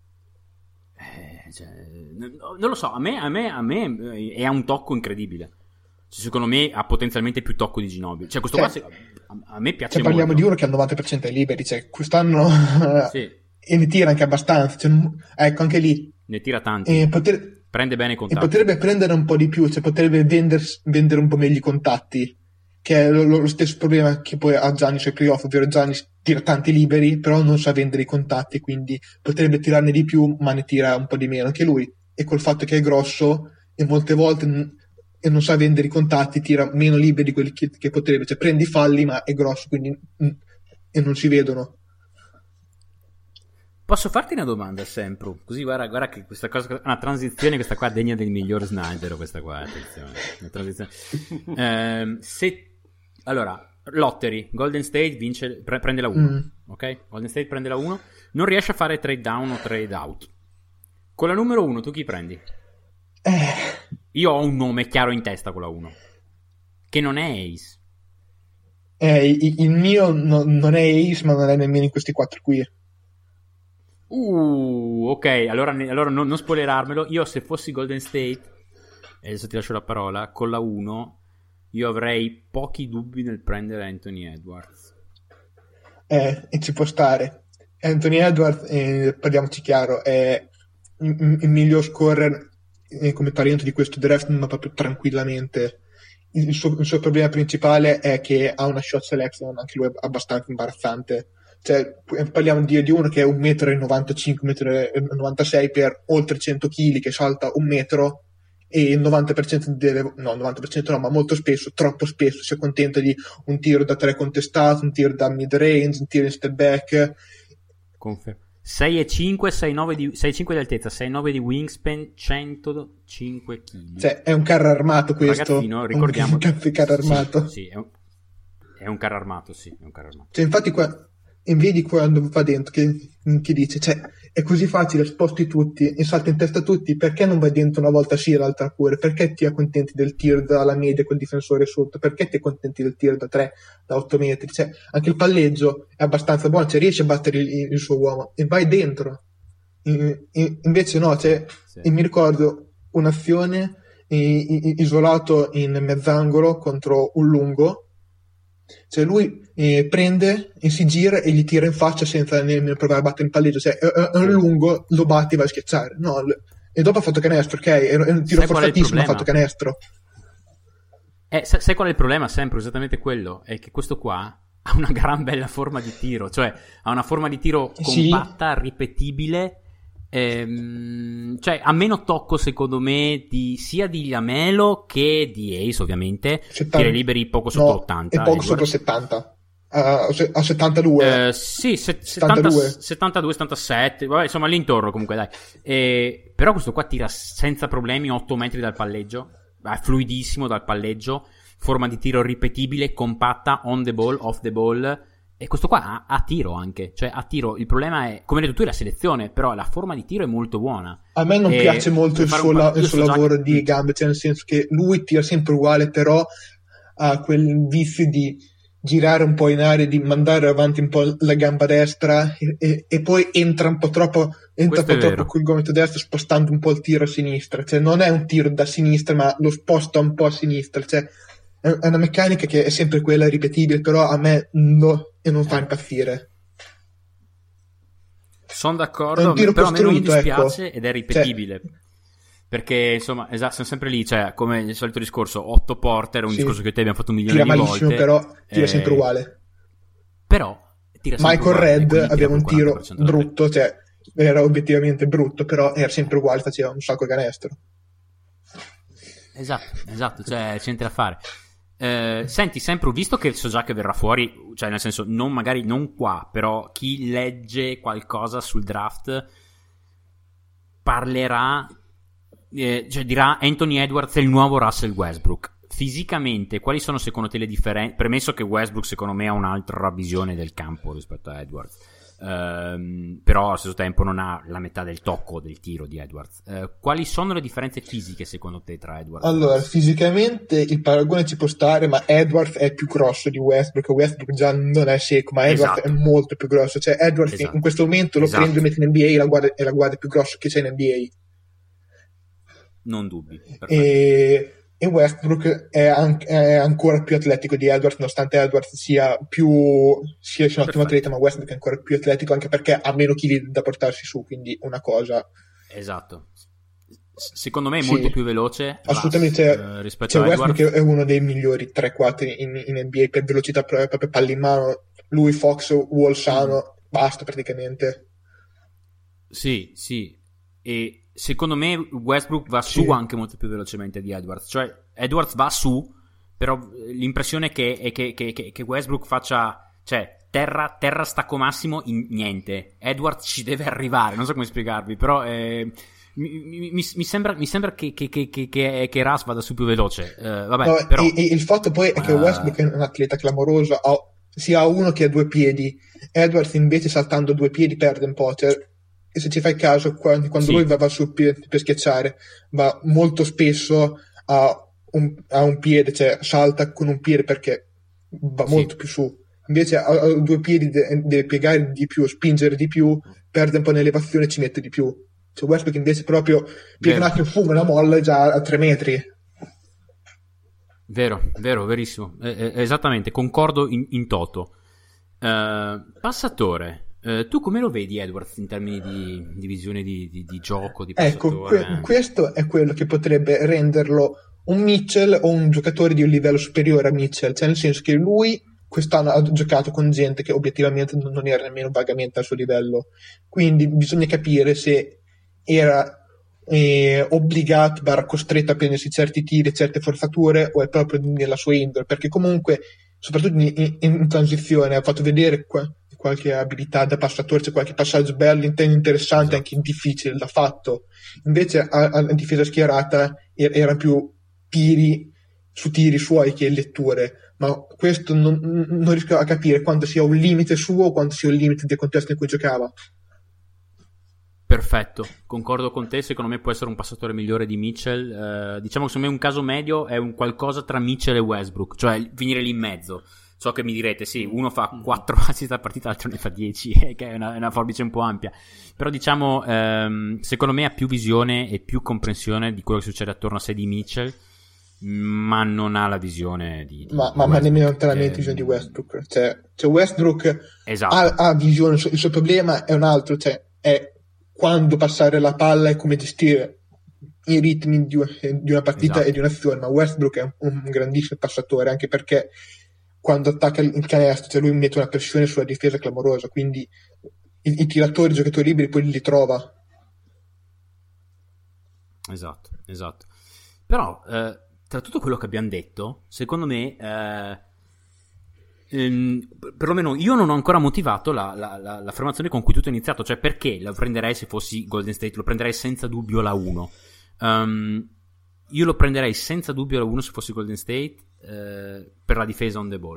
Cioè, non lo so, a me è un tocco incredibile. Secondo me ha potenzialmente più tocco di Ginobili. Cioè questo qua a me piace molto. Parliamo di uno che ha il 90% dei liberi, cioè quest'anno sì. E ne tira anche abbastanza, cioè, ecco, anche lì ne tira tanti, prende bene i contatti, e potrebbe prendere un po' di più, cioè potrebbe vendere un po' meglio i contatti, che è lo stesso problema che poi ha Giannis sui playoff, ovvero Giannis tira tanti liberi però non sa vendere i contatti, quindi potrebbe tirarne di più ma ne tira un po' di meno anche lui, e col fatto che è grosso e molte volte e non sa vendere i contatti tira meno liberi di quelli che potrebbe, cioè prende i falli ma è grosso, quindi e non si vedono. Posso farti una domanda, sempre? Così guarda che questa cosa, una transizione, questa qua degna del miglior Snyder, questa qua, attenzione. Una transizione. Allora, lottery, Golden State prende la 1, ok? Golden State prende la 1, non riesce a fare trade down o trade out. Con la numero 1 tu chi prendi? Io ho un nome chiaro in testa con la 1, che non è Ace. Il mio non è Ace, ma non è nemmeno in questi 4 qui. Ok, allora non spoilerarmelo. Io, se fossi Golden State, e adesso ti lascio la parola, con la 1 io avrei pochi dubbi nel prendere Anthony Edwards. E ci può stare. Anthony Edwards, parliamoci chiaro, è il miglior scorer come talento di questo draft, ma proprio tranquillamente. Il suo problema principale è che ha una shot selection, anche lui è abbastanza imbarazzante. Cioè, parliamo di uno che è 1,95 m, 1,96 m per oltre 100 kg, che salta 1 metro, e il 90% no, ma molto spesso, troppo spesso, si accontenta di un tiro da 3 contestato, un tiro da mid range, un tiro in step back. Confermo. 6,5, 6,5 di altezza, 6,9 di wingspan, 105 kg. Cioè, è un carro armato questo. Ragazzino, ricordiamo. Un carro armato. Sì, è un carro armato, sì, è un carro armato. Cioè, infatti qua, e vedi quando va dentro che dice, cioè, è così facile, sposti tutti e salta in testa a tutti, perché non vai dentro una volta sì e l'altra pure? Perché ti accontenti del tiro dalla media col difensore sotto? Perché ti accontenti del tiro da 3, da 8 metri? Cioè, anche il palleggio è abbastanza buono, cioè riesce a battere il suo uomo e vai dentro. Invece no, cioè, sì. E mi ricordo un'azione isolato in mezz'angolo contro un lungo. Cioè lui prende e si gira e gli tira in faccia senza nemmeno provare a battere il palleggio, cioè è un lungo, lo batti e va a schiacciare, no, e dopo ha fatto canestro, ok, è un tiro forzatissimo, ha fatto canestro. Sai qual è il problema? Sempre esattamente quello, è che questo qua ha una gran bella forma di tiro, cioè ha una forma di tiro compatta, ripetibile, cioè ha meno tocco secondo me sia di Lamelo che di Ace, ovviamente. 70, tiri liberi poco sotto 80 e poco sotto 70, a 72 sì, 72 77, vabbè, insomma lì intorno comunque, dai. Però questo qua tira senza problemi 8 metri dal palleggio, è fluidissimo dal palleggio, forma di tiro ripetibile, compatta, on the ball, off the ball. E questo qua ha tiro anche, cioè ha tiro. Il problema è, come hai detto tu, è la selezione, però la forma di tiro è molto buona. A me non piace molto il suo lavoro di gambe, cioè nel senso che lui tira sempre uguale, però ha quel vizio di girare un po' in aria, di mandare avanti un po' la gamba destra e poi entra un po' troppo col gomito destro, spostando un po' il tiro a sinistra. Cioè non è un tiro da sinistra, ma lo sposta un po' a sinistra. Cioè è una meccanica che è sempre quella ripetibile, però a me non fa impazzire. Sono d'accordo, però a me non mi dispiace, ecco. Ed è ripetibile. Cioè, perché insomma, esatto, sono sempre lì, cioè come il solito discorso, Otto Porter, un discorso che te abbiamo fatto un milione di volte. Però tira sempre uguale. Però tira sempre Michael uguale, Redd quindi tira aveva un col tiro 40% della brutto, cioè era obiettivamente brutto, però era sempre uguale, faceva un sacco di canestro. Esatto, cioè c'è niente da fare. Senti, sempre, visto che so già che verrà fuori, cioè nel senso, magari non qua, però chi legge qualcosa sul draft parlerà, cioè dirà Anthony Edwards è il nuovo Russell Westbrook. Fisicamente, quali sono secondo te le differenze? Premesso che Westbrook secondo me ha un'altra visione del campo rispetto a Edwards, però allo stesso tempo non ha la metà del tocco del tiro di Edwards. Quali sono le differenze fisiche secondo te tra Edwards? Allora, fisicamente il paragone ci può stare, ma Edwards è più grosso di Westbrook già non è secco, ma Edwards è molto più grosso, cioè Edwards in questo momento lo prendi e lo metti in NBA e la guardia più grossa che c'è in NBA. Non dubbi. E Westbrook è ancora più atletico di Edwards, nonostante Edwards sia un ottimo atleta, ma Westbrook è ancora più atletico anche perché ha meno chili da portarsi su, quindi una cosa... Esatto. Secondo me è molto più veloce assolutamente, rispetto a Edwards. Westbrook è uno dei migliori 3-4 in NBA per velocità, proprio palla in mano. Lui, Fox, Wall sano, basta praticamente. Sì, e secondo me Westbrook va su anche molto più velocemente di Edwards, cioè Edwards va su, però l'impressione è che Westbrook faccia, cioè terra stacco massimo in niente. Edwards ci deve arrivare, non so come spiegarvi, però mi sembra che Russ vada su più veloce. Vabbè, no, però, il fatto poi è che Westbrook è un atleta clamoroso, sia uno che ha 2 piedi. Edwards invece saltando 2 piedi perde un po', cioè, e se ci fai caso quando lui va su per schiacciare va molto spesso a un piede, cioè salta con un piede perché va molto più su, invece a 2 piedi deve piegare di più, spingere di più, perde un po' in elevazione, ci mette di più. Cioè Westbrook invece proprio piega un attimo, fuga una molla già a 3 metri. Vero, verissimo, esattamente, concordo in toto. Passatore, tu come lo vedi Edwards in termini di visione di gioco, di passatore? Ecco, questo è quello che potrebbe renderlo un Mitchell o un giocatore di un livello superiore a Mitchell, cioè nel senso che lui quest'anno ha giocato con gente che obiettivamente non era nemmeno vagamente al suo livello, quindi bisogna capire se era obbligato, costretto a prendersi certi tiri, certe forzature, o è proprio nella sua indole, perché comunque soprattutto in transizione ha fatto vedere qualche abilità da passatore, c'è qualche passaggio bello, interessante, anche difficile da fatto. Invece a difesa schierata era più tiri suoi che letture, ma questo non riesco a capire quanto sia un limite suo o quanto sia un limite del contesto in cui giocava. Perfetto, concordo con te, secondo me può essere un passatore migliore di Mitchell. Diciamo che secondo me un caso medio è un qualcosa tra Mitchell e Westbrook, cioè finire lì in mezzo. So che mi direte, sì, uno fa 4 assist a partita, l'altro ne fa 10, che è una forbice un po' ampia. Però diciamo, secondo me ha più visione e più comprensione di quello che succede attorno a sé di Mitchell, ma non ha la visione di ma nemmeno te la metti visione di Westbrook. Cioè Westbrook ha visione, il suo problema è un altro, cioè è quando passare la palla e come gestire i ritmi di una partita e di un'azione. Ma Westbrook è un grandissimo passatore, anche perché quando attacca il canestro, cioè lui mette una pressione sulla difesa clamorosa, quindi i tiratori, i giocatori liberi poi li trova. Esatto. Però tra tutto quello che abbiamo detto, secondo me perlomeno io non ho ancora motivato l'affermazione con cui tutto è iniziato, cioè perché lo prenderei se fossi Golden State, lo prenderei senza dubbio la 1. Io lo prenderei senza dubbio la 1 se fossi Golden State, per la difesa on the ball,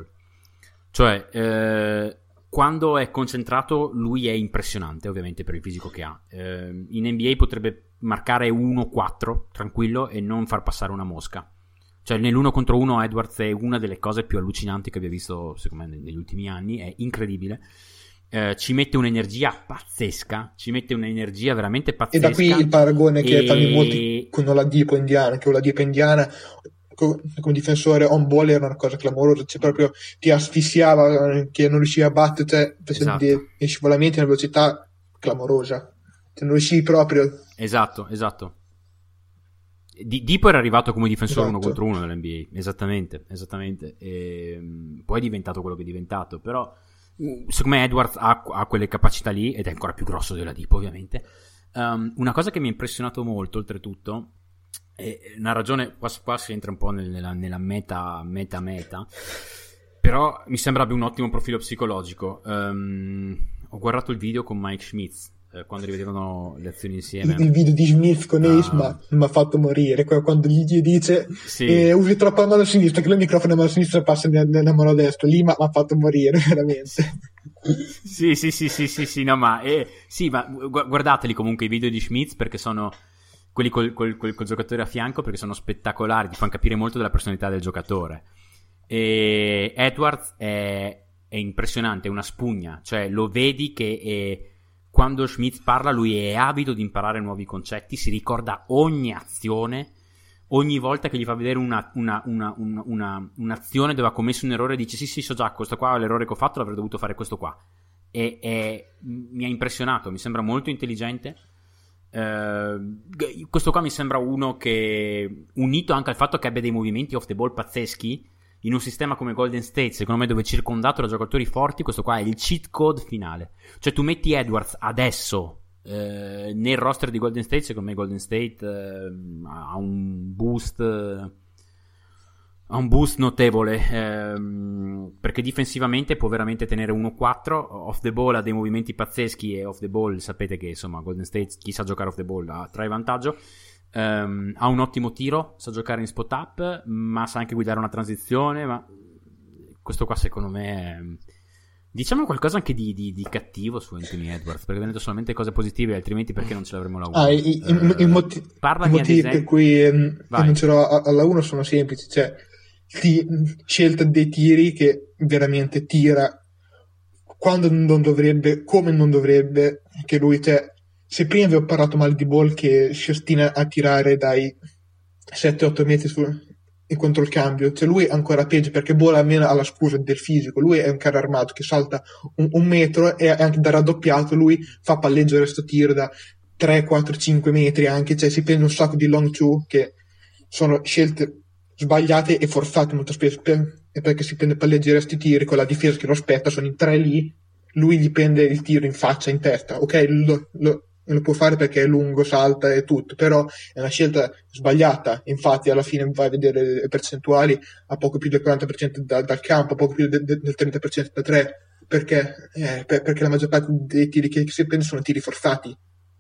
cioè quando è concentrato lui è impressionante, ovviamente per il fisico che ha. In NBA potrebbe marcare 1-4 tranquillo e non far passare una mosca. Cioè nell'1 contro 1 Edwards è una delle cose più allucinanti che abbia visto secondo me negli ultimi anni, è incredibile. Ci mette un'energia pazzesca, ci mette un'energia veramente pazzesca. E da qui il paragone che fanno molti con Oladipo Indiana, che Oladipo Indiana come difensore on ball era una cosa clamorosa, cioè proprio ti asfissiava, che non riusciva a battere, cioè faceva dei scivolamenti a una velocità clamorosa, cioè non riuscivi proprio. Esatto. Dipo era arrivato come difensore 1 contro 1 nell'NBA, esattamente, e poi è diventato quello che è diventato, però secondo me Edwards ha quelle capacità lì, ed è ancora più grosso dell'Oladipo ovviamente. Una cosa che mi ha impressionato molto, oltretutto, è una ragione, qua si entra un po' nella meta, però mi sembra abbia un ottimo profilo psicologico. Ho guardato il video con Mike Schmitz quando rivedevano le azioni insieme. Il video di Schmitz con Ace mi ha fatto morire quando gli dice usi troppo la mano sinistra, che il microfono nella mano sinistra passa nella mano destra, lì mi ha fatto morire veramente. Sì, no, ma guardateli comunque i video di Schmitz, perché sono quelli col giocatore a fianco, perché sono spettacolari, ti fanno capire molto della personalità del giocatore. E Edwards è impressionante, è una spugna, cioè lo vedi che quando Schmitz parla lui è avido di imparare nuovi concetti, si ricorda ogni azione, ogni volta che gli fa vedere un'azione dove ha commesso un errore dice sì so già, questo qua è l'errore che ho fatto, l'avrei dovuto fare questo qua, e mi ha impressionato, mi sembra molto intelligente. Questo qua mi sembra uno che, unito anche al fatto che abbia dei movimenti off the ball pazzeschi, in un sistema come Golden State, secondo me, dove è circondato da giocatori forti, questo qua è il cheat code finale. Cioè tu metti Edwards adesso nel roster di Golden State, secondo me Golden State ha un boost notevole, perché difensivamente può veramente tenere 1-4, off the ball ha dei movimenti pazzeschi, e off the ball sapete che insomma Golden State, chi sa giocare off the ball trae vantaggio. Ha un ottimo tiro, sa giocare in spot up, ma sa anche guidare una transizione. Ma questo qua secondo me è... diciamo qualcosa anche di cattivo su Anthony Edwards, perché vedono solamente cose positive, altrimenti perché non ce l'avremmo la 1? I motivi per cui non ce l'ho alla 1 sono semplici, cioè scelta dei tiri che veramente tira quando non dovrebbe, come non dovrebbe, che lui se prima vi ho parlato male di Ball che si ostina a tirare dai 7-8 metri contro il cambio, cioè lui è ancora peggio, perché Ball almeno ha la scusa del fisico, lui è un carro armato che salta un metro, e anche da raddoppiato lui fa palleggere sto tiro da 3, 4, 5 metri anche, cioè si prende un sacco di long two che sono scelte sbagliate e forzate molto spesso, perché si prende palleggere sti tiri con la difesa che lo aspetta, sono in 3 lì, lui gli prende il tiro in faccia, in testa, ok, lo può fare perché è lungo, salta e tutto, però è una scelta sbagliata. Infatti alla fine vai a vedere le percentuali, ha poco più del 40% dal campo, poco più del 30% da 3, perché la maggior parte dei tiri che si prende sono tiri forzati.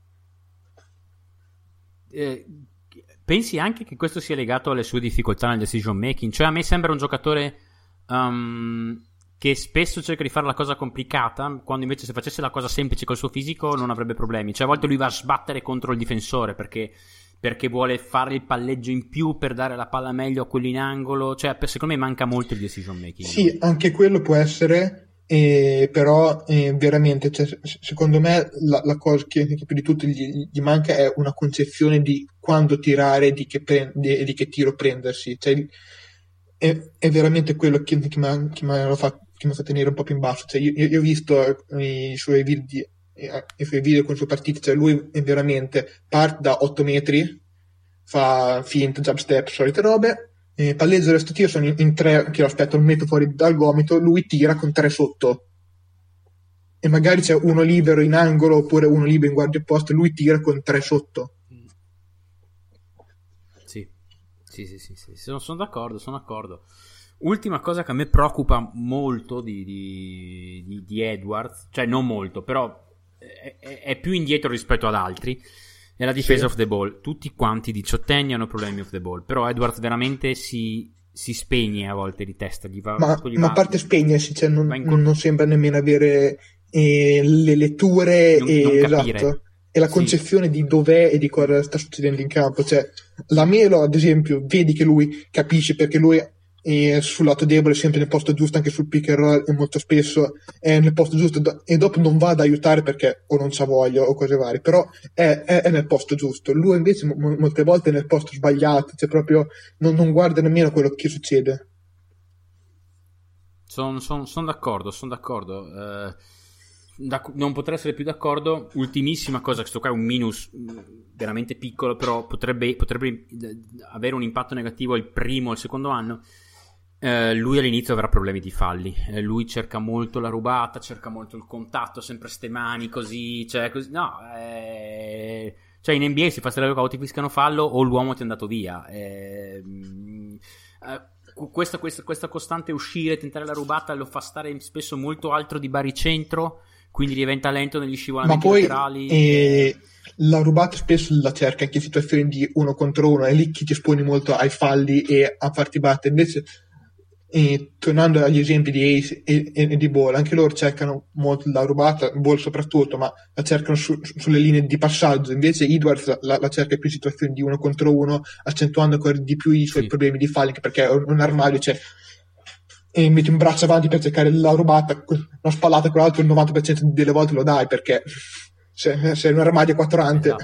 Pensi anche che questo sia legato alle sue difficoltà nel decision making? Cioè a me sembra un giocatore che spesso cerca di fare la cosa complicata, quando invece se facesse la cosa semplice col suo fisico non avrebbe problemi. Cioè a volte lui va a sbattere contro il difensore perché vuole fare il palleggio in più per dare la palla meglio a quello in angolo. Cioè secondo me manca molto il decision making. Sì, anche quello può essere, però veramente, cioè, secondo me la cosa che più di tutto gli manca è una concezione di quando tirare e di che tiro prendersi. Cioè, è veramente quello che mi ha fatto tenere un po' più in basso. Cioè, io ho visto i suoi video con le sue partite, cioè lui è veramente parte da 8 metri, fa fint, jump step, solite robe, palleggia resto tiro, sono in 3 che lo aspettano un metro fuori dal gomito, lui tira con 3 sotto, e magari c'è uno libero in angolo oppure uno libero in guardia opposta, lui tira con 3 sotto. Sì, sono d'accordo. Ultima cosa che a me preoccupa molto di Edwards, cioè non molto, però è più indietro rispetto ad altri, è la difesa off the ball. Tutti quanti diciottenni hanno problemi off the ball, però Edwards veramente si spegne a volte di testa. Ma a parte spegnersi, cioè non sembra nemmeno avere le letture non capire. Esatto, e la concezione di dov'è e di cosa sta succedendo in campo. Cioè la Melo ad esempio, vedi che lui capisce, perché lui sul lato debole è sempre nel posto giusto, anche sul pick and roll, e molto spesso è nel posto giusto, e dopo non va ad aiutare perché o non c'ha voglia o cose varie, però è nel posto giusto. Lui invece molte volte è nel posto sbagliato, cioè proprio non guarda nemmeno quello che succede. Sono d'accordo. Non potrei essere più d'accordo. Ultimissima cosa, questo qua è un minus veramente piccolo, però potrebbe avere un impatto negativo il primo o il secondo anno. Lui all'inizio avrà problemi di falli. Lui cerca molto la rubata, cerca molto il contatto, sempre ste mani così, cioè così. No, cioè in NBA si fa ste robe, ti fiscano fallo o l'uomo ti è andato via. Questa costante uscire, tentare la rubata lo fa stare spesso molto altro di baricentro, quindi diventa lento negli scivolamenti laterali. La rubata spesso la cerca anche in situazioni di 1 contro 1, è lì che ti esponi molto ai falli e a farti battere. Invece, tornando agli esempi di Ace e di Ball, anche loro cercano molto la rubata, Ball soprattutto, ma la cercano sulle linee di passaggio. Invece Edwards la cerca più in situazioni di 1 contro 1, accentuando ancora di più i suoi problemi di falli, perché è un armadio, cioè, e metti un braccio avanti per cercare la rubata, una spallata con l'altro il 90% delle volte lo dai, perché sei un armadio a 4 ante.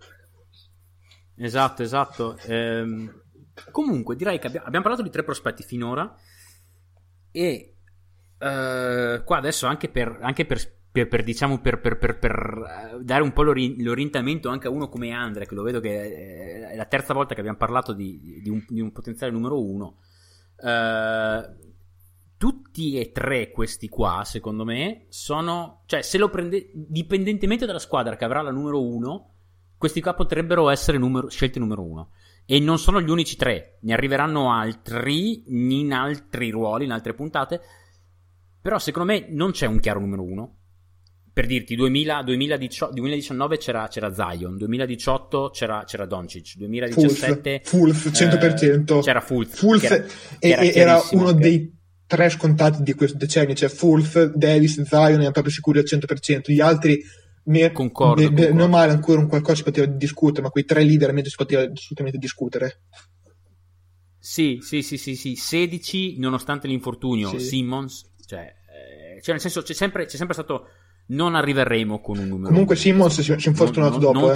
Esatto. Comunque direi che abbiamo parlato di 3 prospetti finora, e qua adesso anche per diciamo per dare un po' l'orientamento anche a uno come Andre, che lo vedo che è la terza volta che abbiamo parlato di un potenziale numero 1. Tutti e 3 questi qua, secondo me, sono, cioè, se lo prende, dipendentemente dalla squadra che avrà la numero 1, questi qua potrebbero essere scelti numero 1. E non sono gli unici 3, ne arriveranno altri in altri ruoli, in altre puntate. Però secondo me non c'è un chiaro numero 1. Per dirti, 2019 c'era Zion, 2018 c'era Doncic, 2017 Fultz 100%. C'era Fultz era uno dei 3 scontati di questo decennio, cioè Fultz, Davis, Zion erano proprio sicuri al 100%. Gli altri concordo. Non male, ancora un qualcosa si poteva discutere, ma quei 3 leader almeno si poteva assolutamente discutere. Sì, 16 nonostante l'infortunio. Sì. Simmons, cioè nel senso c'è sempre stato, non arriveremo con un numero. Comunque Simmons si è infortunato dopo.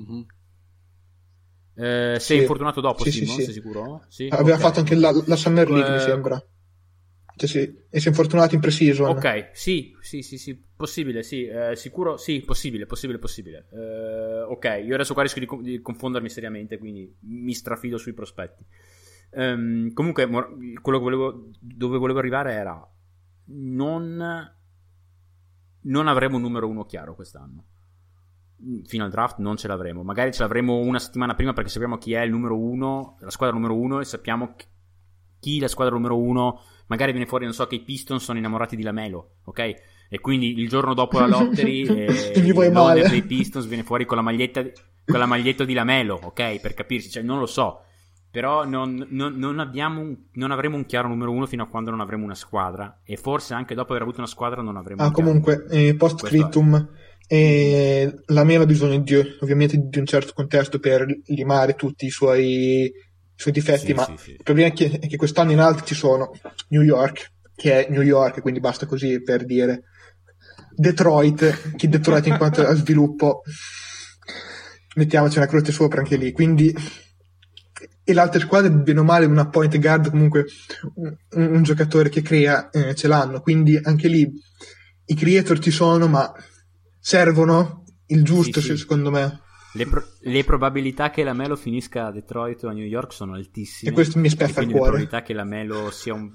Si è infortunato dopo Simmons, sei sicuro? Sì? Aveva fatto anche la Summer League, mi sembra. Cioè, sì, e si è infortunato in pre-season. Ok, sì, possibile, sì, sicuro, sì, possibile. Ok, io adesso qua rischio di confondermi seriamente, quindi mi strafido sui prospetti. Comunque, quello dove volevo arrivare era non avremo un numero 1 chiaro quest'anno. Fino al draft non ce l'avremo. Magari ce l'avremo una settimana prima, perché sappiamo chi è il numero 1, la squadra numero 1, e sappiamo chi la squadra numero 1. Magari viene fuori, non so, che i Pistons sono innamorati di LaMelo, ok? E quindi il giorno dopo la lottery l'owner dei Pistons viene fuori con la maglietta di LaMelo, ok? Per capirsi, cioè non lo so. Però non avremo un chiaro numero 1 fino a quando non avremo una squadra, e forse anche dopo aver avuto una squadra non avremo un comunque post scriptum LaMelo ha bisogno ovviamente di un certo contesto per limare tutti i suoi difetti, ma il problema è che quest'anno in alto ci sono New York, che è New York, quindi basta così per dire, Detroit in quanto a sviluppo, mettiamoci una croce sopra anche lì, quindi, e le altre squadre bene o male una point guard, comunque un giocatore che crea, ce l'hanno, quindi anche lì i creator ci sono, ma servono il giusto, secondo me. Le probabilità che LaMelo finisca a Detroit o a New York sono altissime, e questo mi speffa il cuore. Le probabilità che LaMelo sia un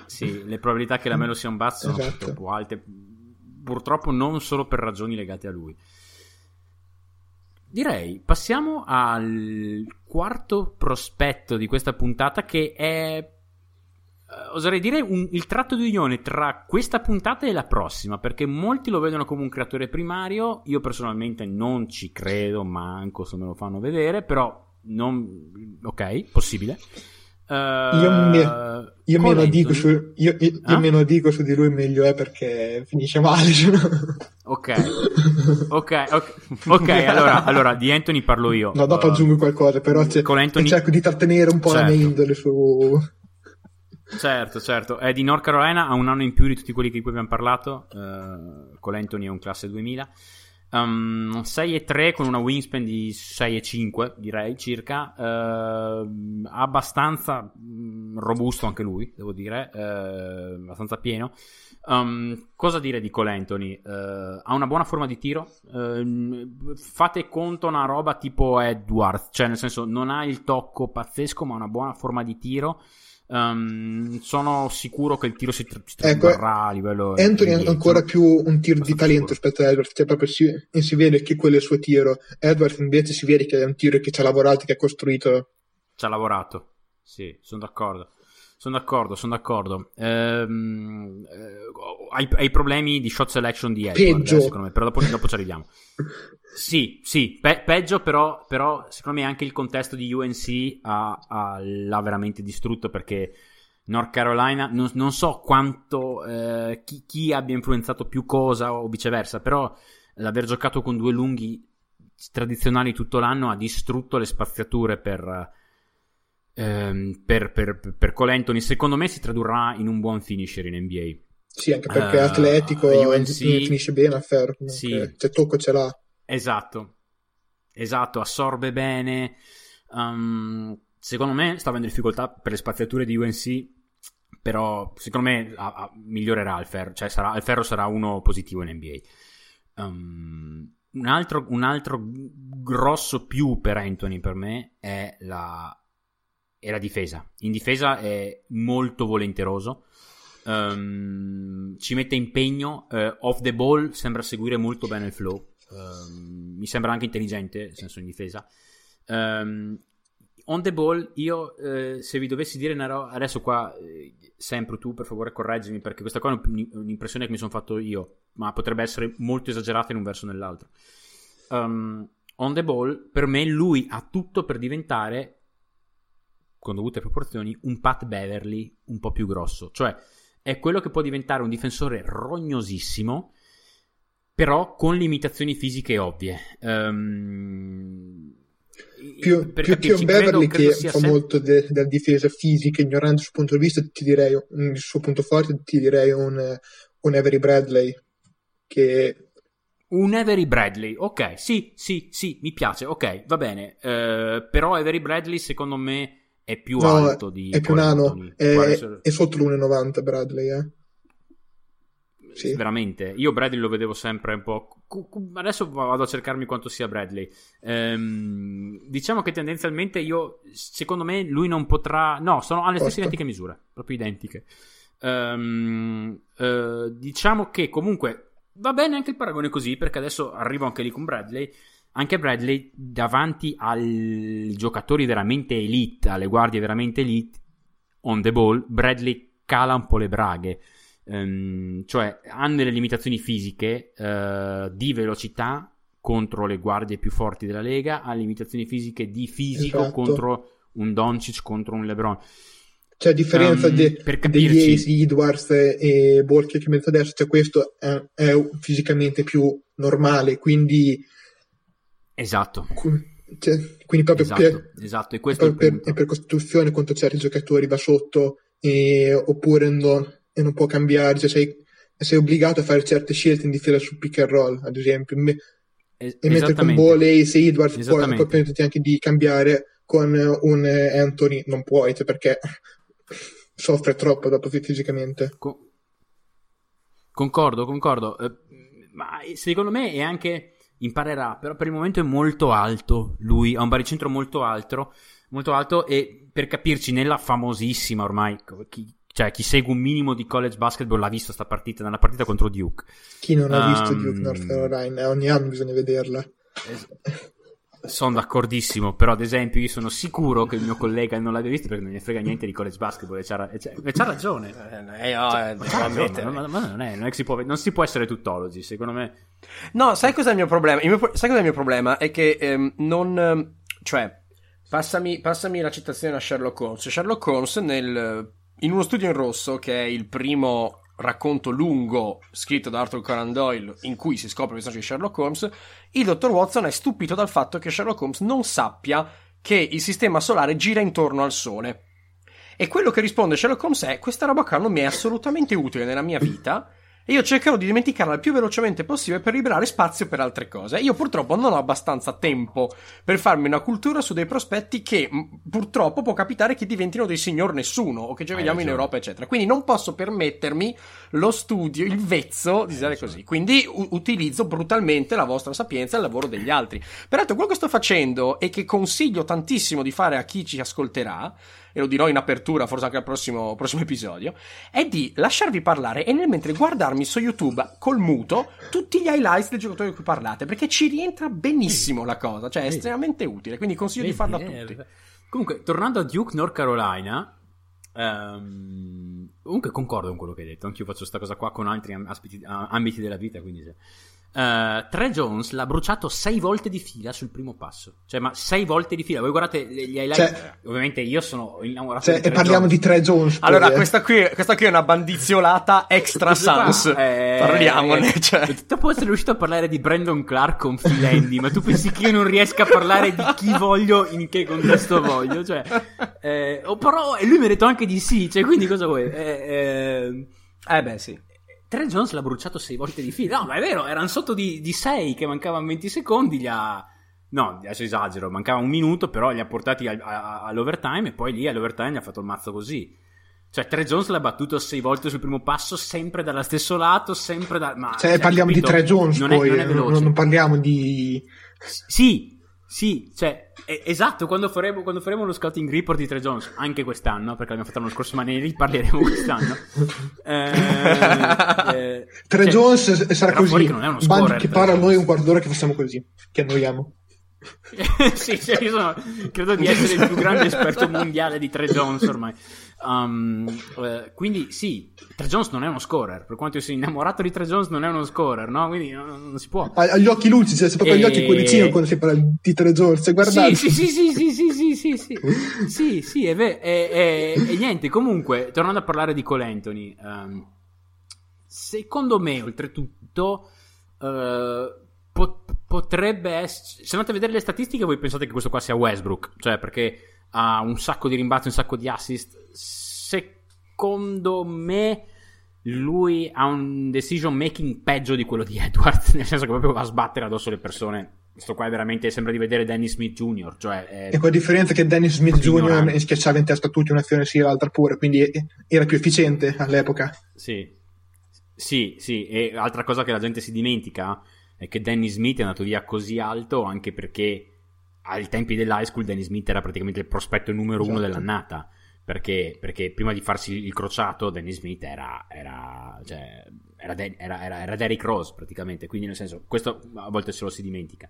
bust sono troppo alte, purtroppo, non solo per ragioni legate a lui. Direi passiamo al quarto prospetto di questa puntata, che è, oserei dire, il tratto di unione tra questa puntata e la prossima, perché molti lo vedono come un creatore primario. Io personalmente non ci credo manco se me lo fanno vedere, però ok, possibile. Io meno dico su di lui meglio è, perché finisce male. Ok, allora di Anthony parlo io. No, dopo aggiungo qualcosa, però cerco di trattenere un po' la mia indole su. Certo. È di North Carolina, ha un anno in più di tutti quelli di cui abbiamo parlato. Cole Anthony è un classe 2000. 6'3" con una wingspan di 6'5", direi, circa. Abbastanza robusto anche lui, devo dire, abbastanza pieno. Cosa dire di Cole Anthony? Ha una buona forma di tiro. Fate conto una roba tipo Edwards, cioè nel senso non ha il tocco pazzesco, ma ha una buona forma di tiro. Sono sicuro che il tiro si tradurrà a livello Anthony è ancora più un tiro di talento rispetto a Edwards, cioè proprio si vede che quello è il suo tiro. Edwards invece si vede che è un tiro che ci ha lavorato, che ha costruito. Ci ha lavorato, sì, sono d'accordo. Hai problemi di shot selection di Edwards, secondo me, però dopo ci arriviamo. Sì, peggio, però secondo me anche il contesto di UNC l'ha veramente distrutto, perché North Carolina non so quanto chi abbia influenzato più cosa o viceversa, però l'aver giocato con due lunghi tradizionali tutto l'anno ha distrutto le spaziature per Cole Anthony. Secondo me si tradurrà in un buon finisher in NBA. Sì, anche perché è atletico, UNC finisce bene a ferro, sì. Cioè tocco ce l'ha. Esatto, assorbe bene. Secondo me sta avendo difficoltà per le spaziature di UNC, però secondo me migliorerà il ferro, cioè il ferro sarà uno positivo in NBA. Un altro grosso più per Anthony, per me, è la difesa. In difesa è molto volenteroso, ci mette impegno, off the ball sembra seguire molto bene il flow, mi sembra anche intelligente, nel senso, in difesa. On the ball, io se vi dovessi dire adesso qua, sempre tu per favore correggimi, perché questa qua è un'impressione che mi sono fatto io, ma potrebbe essere molto esagerata in un verso o nell'altro. On the ball, per me lui ha tutto per diventare, con dovute proporzioni, un Pat Beverly un po' più grosso, cioè è quello che può diventare un difensore rognosissimo, però con limitazioni fisiche ovvie. Più un Beverly che fa molto della difesa fisica, ignorando il suo punto di vista, ti direi il suo punto forte, ti direi un Avery Bradley, che un Avery Bradley, ok, sì, mi piace, ok, va bene, però Avery Bradley secondo me è più alto di è più nano, è sotto l'1,90 Bradley, Sì. Veramente, io Bradley lo vedevo sempre un po'. Adesso vado a cercarmi quanto sia Bradley. Diciamo che tendenzialmente secondo me lui non potrà. No, sono alle stesse identiche misure, proprio identiche. Diciamo che comunque va bene anche il paragone così, perché adesso arrivo anche lì con Bradley. Anche Bradley davanti ai giocatori veramente elite, alle guardie veramente elite on the ball, Bradley cala un po' le braghe. Cioè hanno delle limitazioni fisiche di velocità contro le guardie più forti della Lega, ha limitazioni fisiche di fisico, esatto, contro un Doncic, contro un LeBron. Cioè a differenza degli Ace, Edwards e Bolke che mette adesso, cioè questo è fisicamente più normale, quindi esatto, quindi proprio esatto, e questo per costituzione contro certi giocatori va sotto, oppure non può cambiare, cioè sei obbligato a fare certe scelte in difesa sul pick and roll, ad esempio, e mentre con Ball, Ace e Edwards puoi permetterti anche di cambiare, con un Anthony non puoi, cioè perché soffre troppo dopo fisicamente. Concordo, ma secondo me è anche imparerà, però per il momento è molto alto, lui ha un baricentro molto alto, e per capirci, nella famosissima ormai, chi segue un minimo di college basketball l'ha visto sta partita, nella partita contro Duke. Chi non ha visto Duke North Carolina? Ogni anno bisogna vederla. Sono d'accordissimo, però ad esempio io sono sicuro che il mio collega non l'abbia visto perché non ne frega niente di college basketball, e c'ha ragione. Non si può essere tuttologi, secondo me. No, sai cos'è il mio problema? Sai cos'è il mio problema? È che passami la citazione a Sherlock Holmes. Sherlock Holmes in uno studio in rosso, che è il primo racconto lungo scritto da Arthur Conan Doyle in cui si scopre il personaggio di Sherlock Holmes, il dottor Watson è stupito dal fatto che Sherlock Holmes non sappia che il sistema solare gira intorno al Sole. E quello che risponde Sherlock Holmes è: questa roba qua non mi è assolutamente utile nella mia vita, e io cercherò di dimenticarla il più velocemente possibile per liberare spazio per altre cose. Io purtroppo non ho abbastanza tempo per farmi una cultura su dei prospetti che purtroppo può capitare che diventino dei signor nessuno o che già vediamo in Europa eccetera, quindi non posso permettermi lo studio, il vezzo di usare così, quindi utilizzo brutalmente la vostra sapienza e il lavoro degli altri. Peraltro quello che sto facendo e che consiglio tantissimo di fare a chi ci ascolterà, e lo dirò in apertura forse anche al prossimo episodio, è di lasciarvi parlare e nel mentre guardarmi su YouTube col muto tutti gli highlights del giocatore di cui parlate, perché ci rientra benissimo la cosa, cioè è estremamente utile, quindi consiglio di farlo a tutti. Comunque, tornando a Duke North Carolina, comunque concordo con quello che hai detto, anch'io faccio questa cosa qua con altri ambiti della vita, quindi Tre Jones l'ha bruciato 6 volte di fila sul primo passo, cioè ma 6 volte di fila. Voi guardate gli highlight, ovviamente io sono innamorato di Tre e parliamo Jones. di Tre Jones poi, allora questa qui è una bandiziolata extra sans, parliamone, cioè. Dopo essere riuscito a parlare di Brandon Clark con Phil Andy, ma tu pensi che io non riesca a parlare di chi voglio, in che contesto voglio, cioè però lui mi ha detto anche di sì, cioè quindi cosa vuoi? Beh sì, Tre Jones l'ha bruciato 6 volte di fila. No, ma è vero, erano sotto di 6 che mancavano 20 secondi, no, adesso esagero, mancava un minuto, però li ha portati all'overtime e poi lì all'overtime gli ha fatto il mazzo così. Cioè Tre Jones l'ha battuto 6 volte sul primo passo, sempre dallo stesso lato, sempre da... Ma, parliamo capito? di Tre Jones, non poi è veloce. non parliamo di... Sì, cioè, esatto, quando faremo lo scouting report di Tre Jones, anche quest'anno, perché l'abbiamo fatto l'anno scorso, ma ne riparleremo quest'anno. Tre Jones sarà così, Bandi che parla a noi un quarto d'ora che facciamo così, che annoiamo. Sì, io credo di essere il più grande esperto mondiale di Tre Jones ormai. Quindi sì, Tre Jones non è uno scorer, per quanto io sia innamorato di Tre Jones non è uno scorer, no? Quindi non si può. Ha gli occhi lucidi, cioè, proprio gli occhi cuoricino quando si parla di Tre Jones, guardate. Sì, e niente, comunque, tornando a parlare di Cole Anthony, secondo me, oltretutto, potrebbe essere, se andate a vedere le statistiche voi pensate che questo qua sia Westbrook, cioè perché ha un sacco di rimbalzi, un sacco di assist. Secondo me lui ha un decision making peggio di quello di Edwards, nel senso che proprio va a sbattere addosso le persone. Questo qua è veramente, sembra di vedere Dennis Smith Jr., cioè e con la differenza che Dennis Smith Jr. schiacciava in testa a tutti un'azione sì e l'altra pure, quindi era più efficiente all'epoca. Sì, e altra cosa che la gente si dimentica è che Dennis Smith è andato via così alto anche perché ai tempi dell'high school Dennis Smith era praticamente il prospetto numero uno dell'annata, perché prima di farsi il crociato Dennis Smith era Derrick Rose praticamente, quindi nel senso questo a volte se lo si dimentica.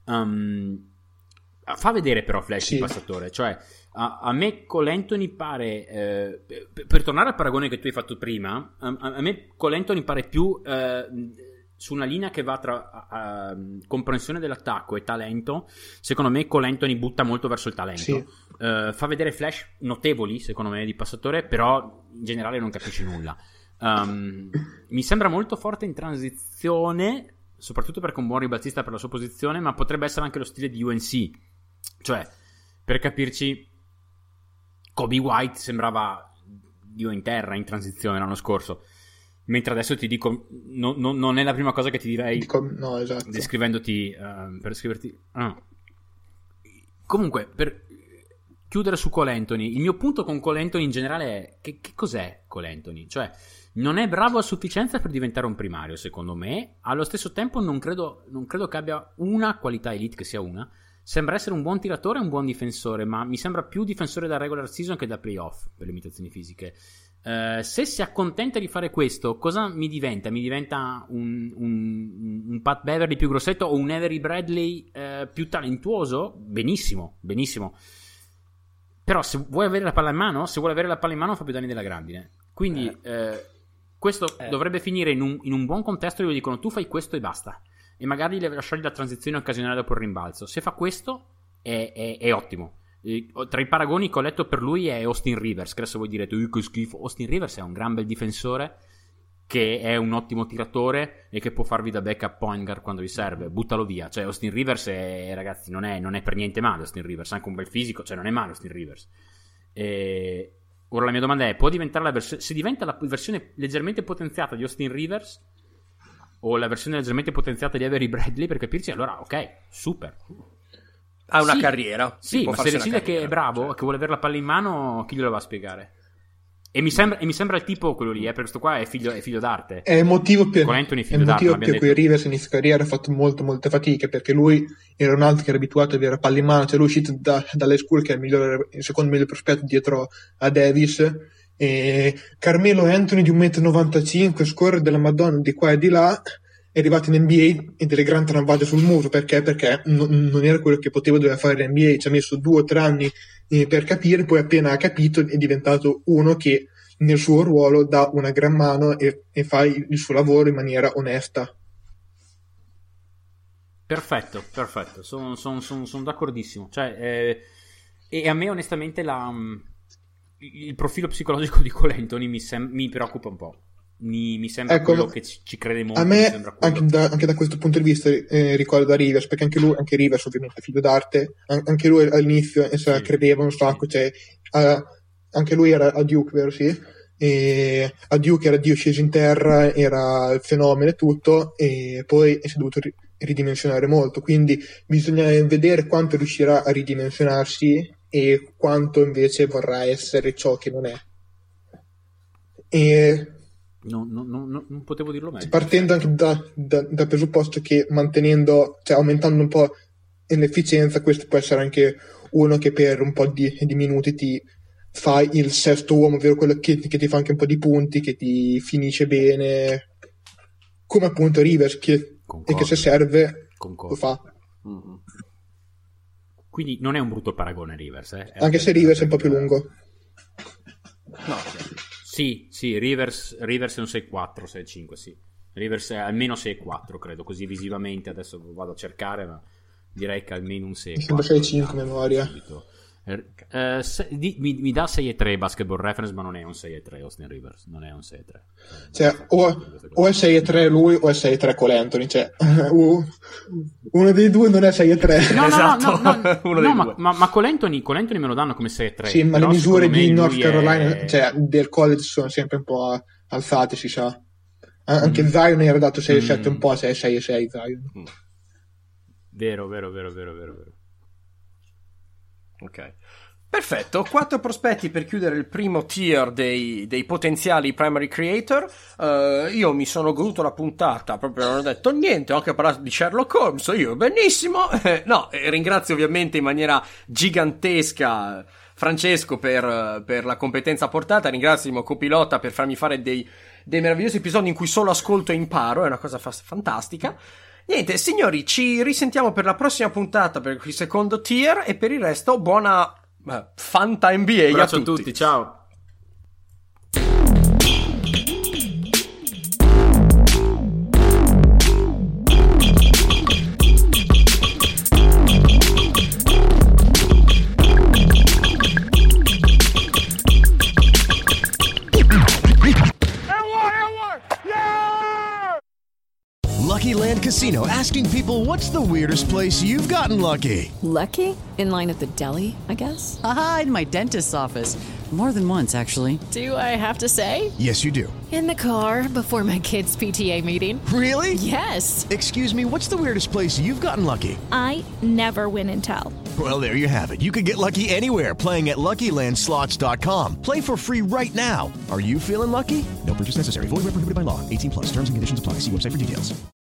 Fa vedere però Flash il passatore, cioè a me Cole Anthony pare per tornare al paragone che tu hai fatto prima, a me Cole Anthony pare più su una linea che va tra comprensione dell'attacco e talento. Secondo me Cole Anthony butta molto verso il talento, fa vedere flash notevoli secondo me di passatore, però in generale non capisci nulla. Mi sembra molto forte in transizione, soprattutto perché è un buon ribalzista per la sua posizione, ma potrebbe essere anche lo stile di UNC, cioè per capirci Kobe White sembrava Dio in terra in transizione l'anno scorso. Mentre adesso ti dico, non è la prima cosa che ti direi esatto. Descrivendoti per scriverti. Comunque, per chiudere su Cole Anthony, il mio punto con Cole Anthony in generale è che cos'è Cole Anthony? Cioè, non è bravo a sufficienza per diventare un primario, secondo me. Allo stesso tempo non credo che abbia una qualità elite, che sia una. Sembra essere un buon tiratore e un buon difensore, ma mi sembra più difensore da regular season che da playoff per limitazioni fisiche. Se si accontenta di fare questo, cosa mi diventa? Mi diventa un Pat Beverly più grossetto o un Avery Bradley più talentuoso? Benissimo. Però se vuoi avere la palla in mano, fa più danni della grandine. Quindi questo dovrebbe finire in un buon contesto dove dicono tu fai questo e basta. E magari lasciargli la transizione occasionale dopo il rimbalzo. Se fa questo è ottimo. Tra i paragoni che ho letto per lui è Austin Rivers, che adesso voi direte che schifo. Austin Rivers è un gran bel difensore, che è un ottimo tiratore e che può farvi da backup point guard quando vi serve. Buttalo via, cioè Austin Rivers non è per niente male. Austin Rivers ha anche un bel fisico, cioè non è male Austin Rivers. Ora la mia domanda è, può diventare la versione, se diventa la versione leggermente potenziata di Austin Rivers o la versione leggermente potenziata di Avery Bradley, per capirci, allora ok, super. Ha una carriera. Sì, ma se decide che è bravo, che vuole avere la palla in mano, chi glielo va a spiegare? E mi sembra il tipo quello lì, perché questo qua è figlio d'arte. È il motivo per cui Rivers inizio carriera ha fatto molte fatiche, perché lui era un altro che era abituato ad avere palla in mano, cioè lui è uscito dalle school che è il secondo miglior prospetto dietro a Davis, e Carmelo Anthony di 1,95 m, scorre della Madonna di qua e di là, è arrivato in NBA e delle grandi travaglie sul muso, perché non era quello che doveva fare l'NBA, ci ha messo 2 o 3 anni per capire, poi appena ha capito è diventato uno che nel suo ruolo dà una gran mano e fa il suo lavoro in maniera onesta. Perfetto, sono d'accordissimo. Cioè, e a me onestamente il profilo psicologico di Cole Anthony mi preoccupa un po'. Mi sembra quello che ci crede molto. A me, anche da questo punto di vista, ricorda Rivers, perché anche Rivers ovviamente è figlio d'arte, anche lui all'inizio credeva un sacco, cioè, anche lui era a Duke, vero? Sì? E a Duke era Dio sceso in terra, era il fenomeno e tutto, e poi si è dovuto ridimensionare molto, quindi bisogna vedere quanto riuscirà a ridimensionarsi e quanto invece vorrà essere ciò che non è. E non potevo dirlo meglio. Partendo anche dal presupposto che aumentando un po' l'efficienza, questo può essere anche uno che per un po' di minuti ti fa il sesto uomo, ovvero quello che ti fa anche un po' di punti, che ti finisce bene, come appunto Rivers, e che se serve lo fa. Mm-hmm. Quindi non è un brutto paragone Rivers, anche se Rivers è un po' più lungo. No, Sì, Rivers è un 6-4, 6-5, sì. Rivers è almeno 6-4, credo, così visivamente, adesso vado a cercare, ma direi che almeno un 6-4. Sembra 6-5 memoria. Mi dà 6-3 Basketball Reference, ma non è un 6-3 Austin Rivers, non è un 6-3. Cioè, o è 6-3 lui o è 6-3 Cole Anthony, cioè, uno dei due non è 6-3. No, ma Cole Anthony me lo danno come 6-3. Sì, ma le misure di North Carolina, cioè del college, sono sempre un po' alzate, si sa. Anche Zion era dato 6-7 un po', 6-6 Zion. Vero. Ok, perfetto. 4 prospetti per chiudere il primo tier dei potenziali primary creator. Io mi sono goduto la puntata, proprio non ho detto niente, ho anche parlato di Sherlock Holmes, io benissimo. Ringrazio ovviamente in maniera gigantesca Francesco per la competenza portata, ringrazio il mio copilota per farmi fare dei meravigliosi episodi in cui solo ascolto e imparo, è una cosa fantastica. Niente, signori, ci risentiamo per la prossima puntata per il secondo tier e per il resto buona Fanta NBA. Abbraccio a tutti, ciao. Lucky Land Casino, asking people, what's the weirdest place you've gotten lucky? Lucky? In line at the deli, I guess? Aha, in my dentist's office. More than once, actually. Do I have to say? Yes, you do. In the car before my kids' PTA meeting. Really? Yes. Excuse me, what's the weirdest place you've gotten lucky? I never win and tell. Well, there you have it. You can get lucky anywhere, playing at LuckyLandSlots.com. Play for free right now. Are you feeling lucky? No purchase necessary. Void where prohibited by law. 18+. Terms and conditions apply. See website for details.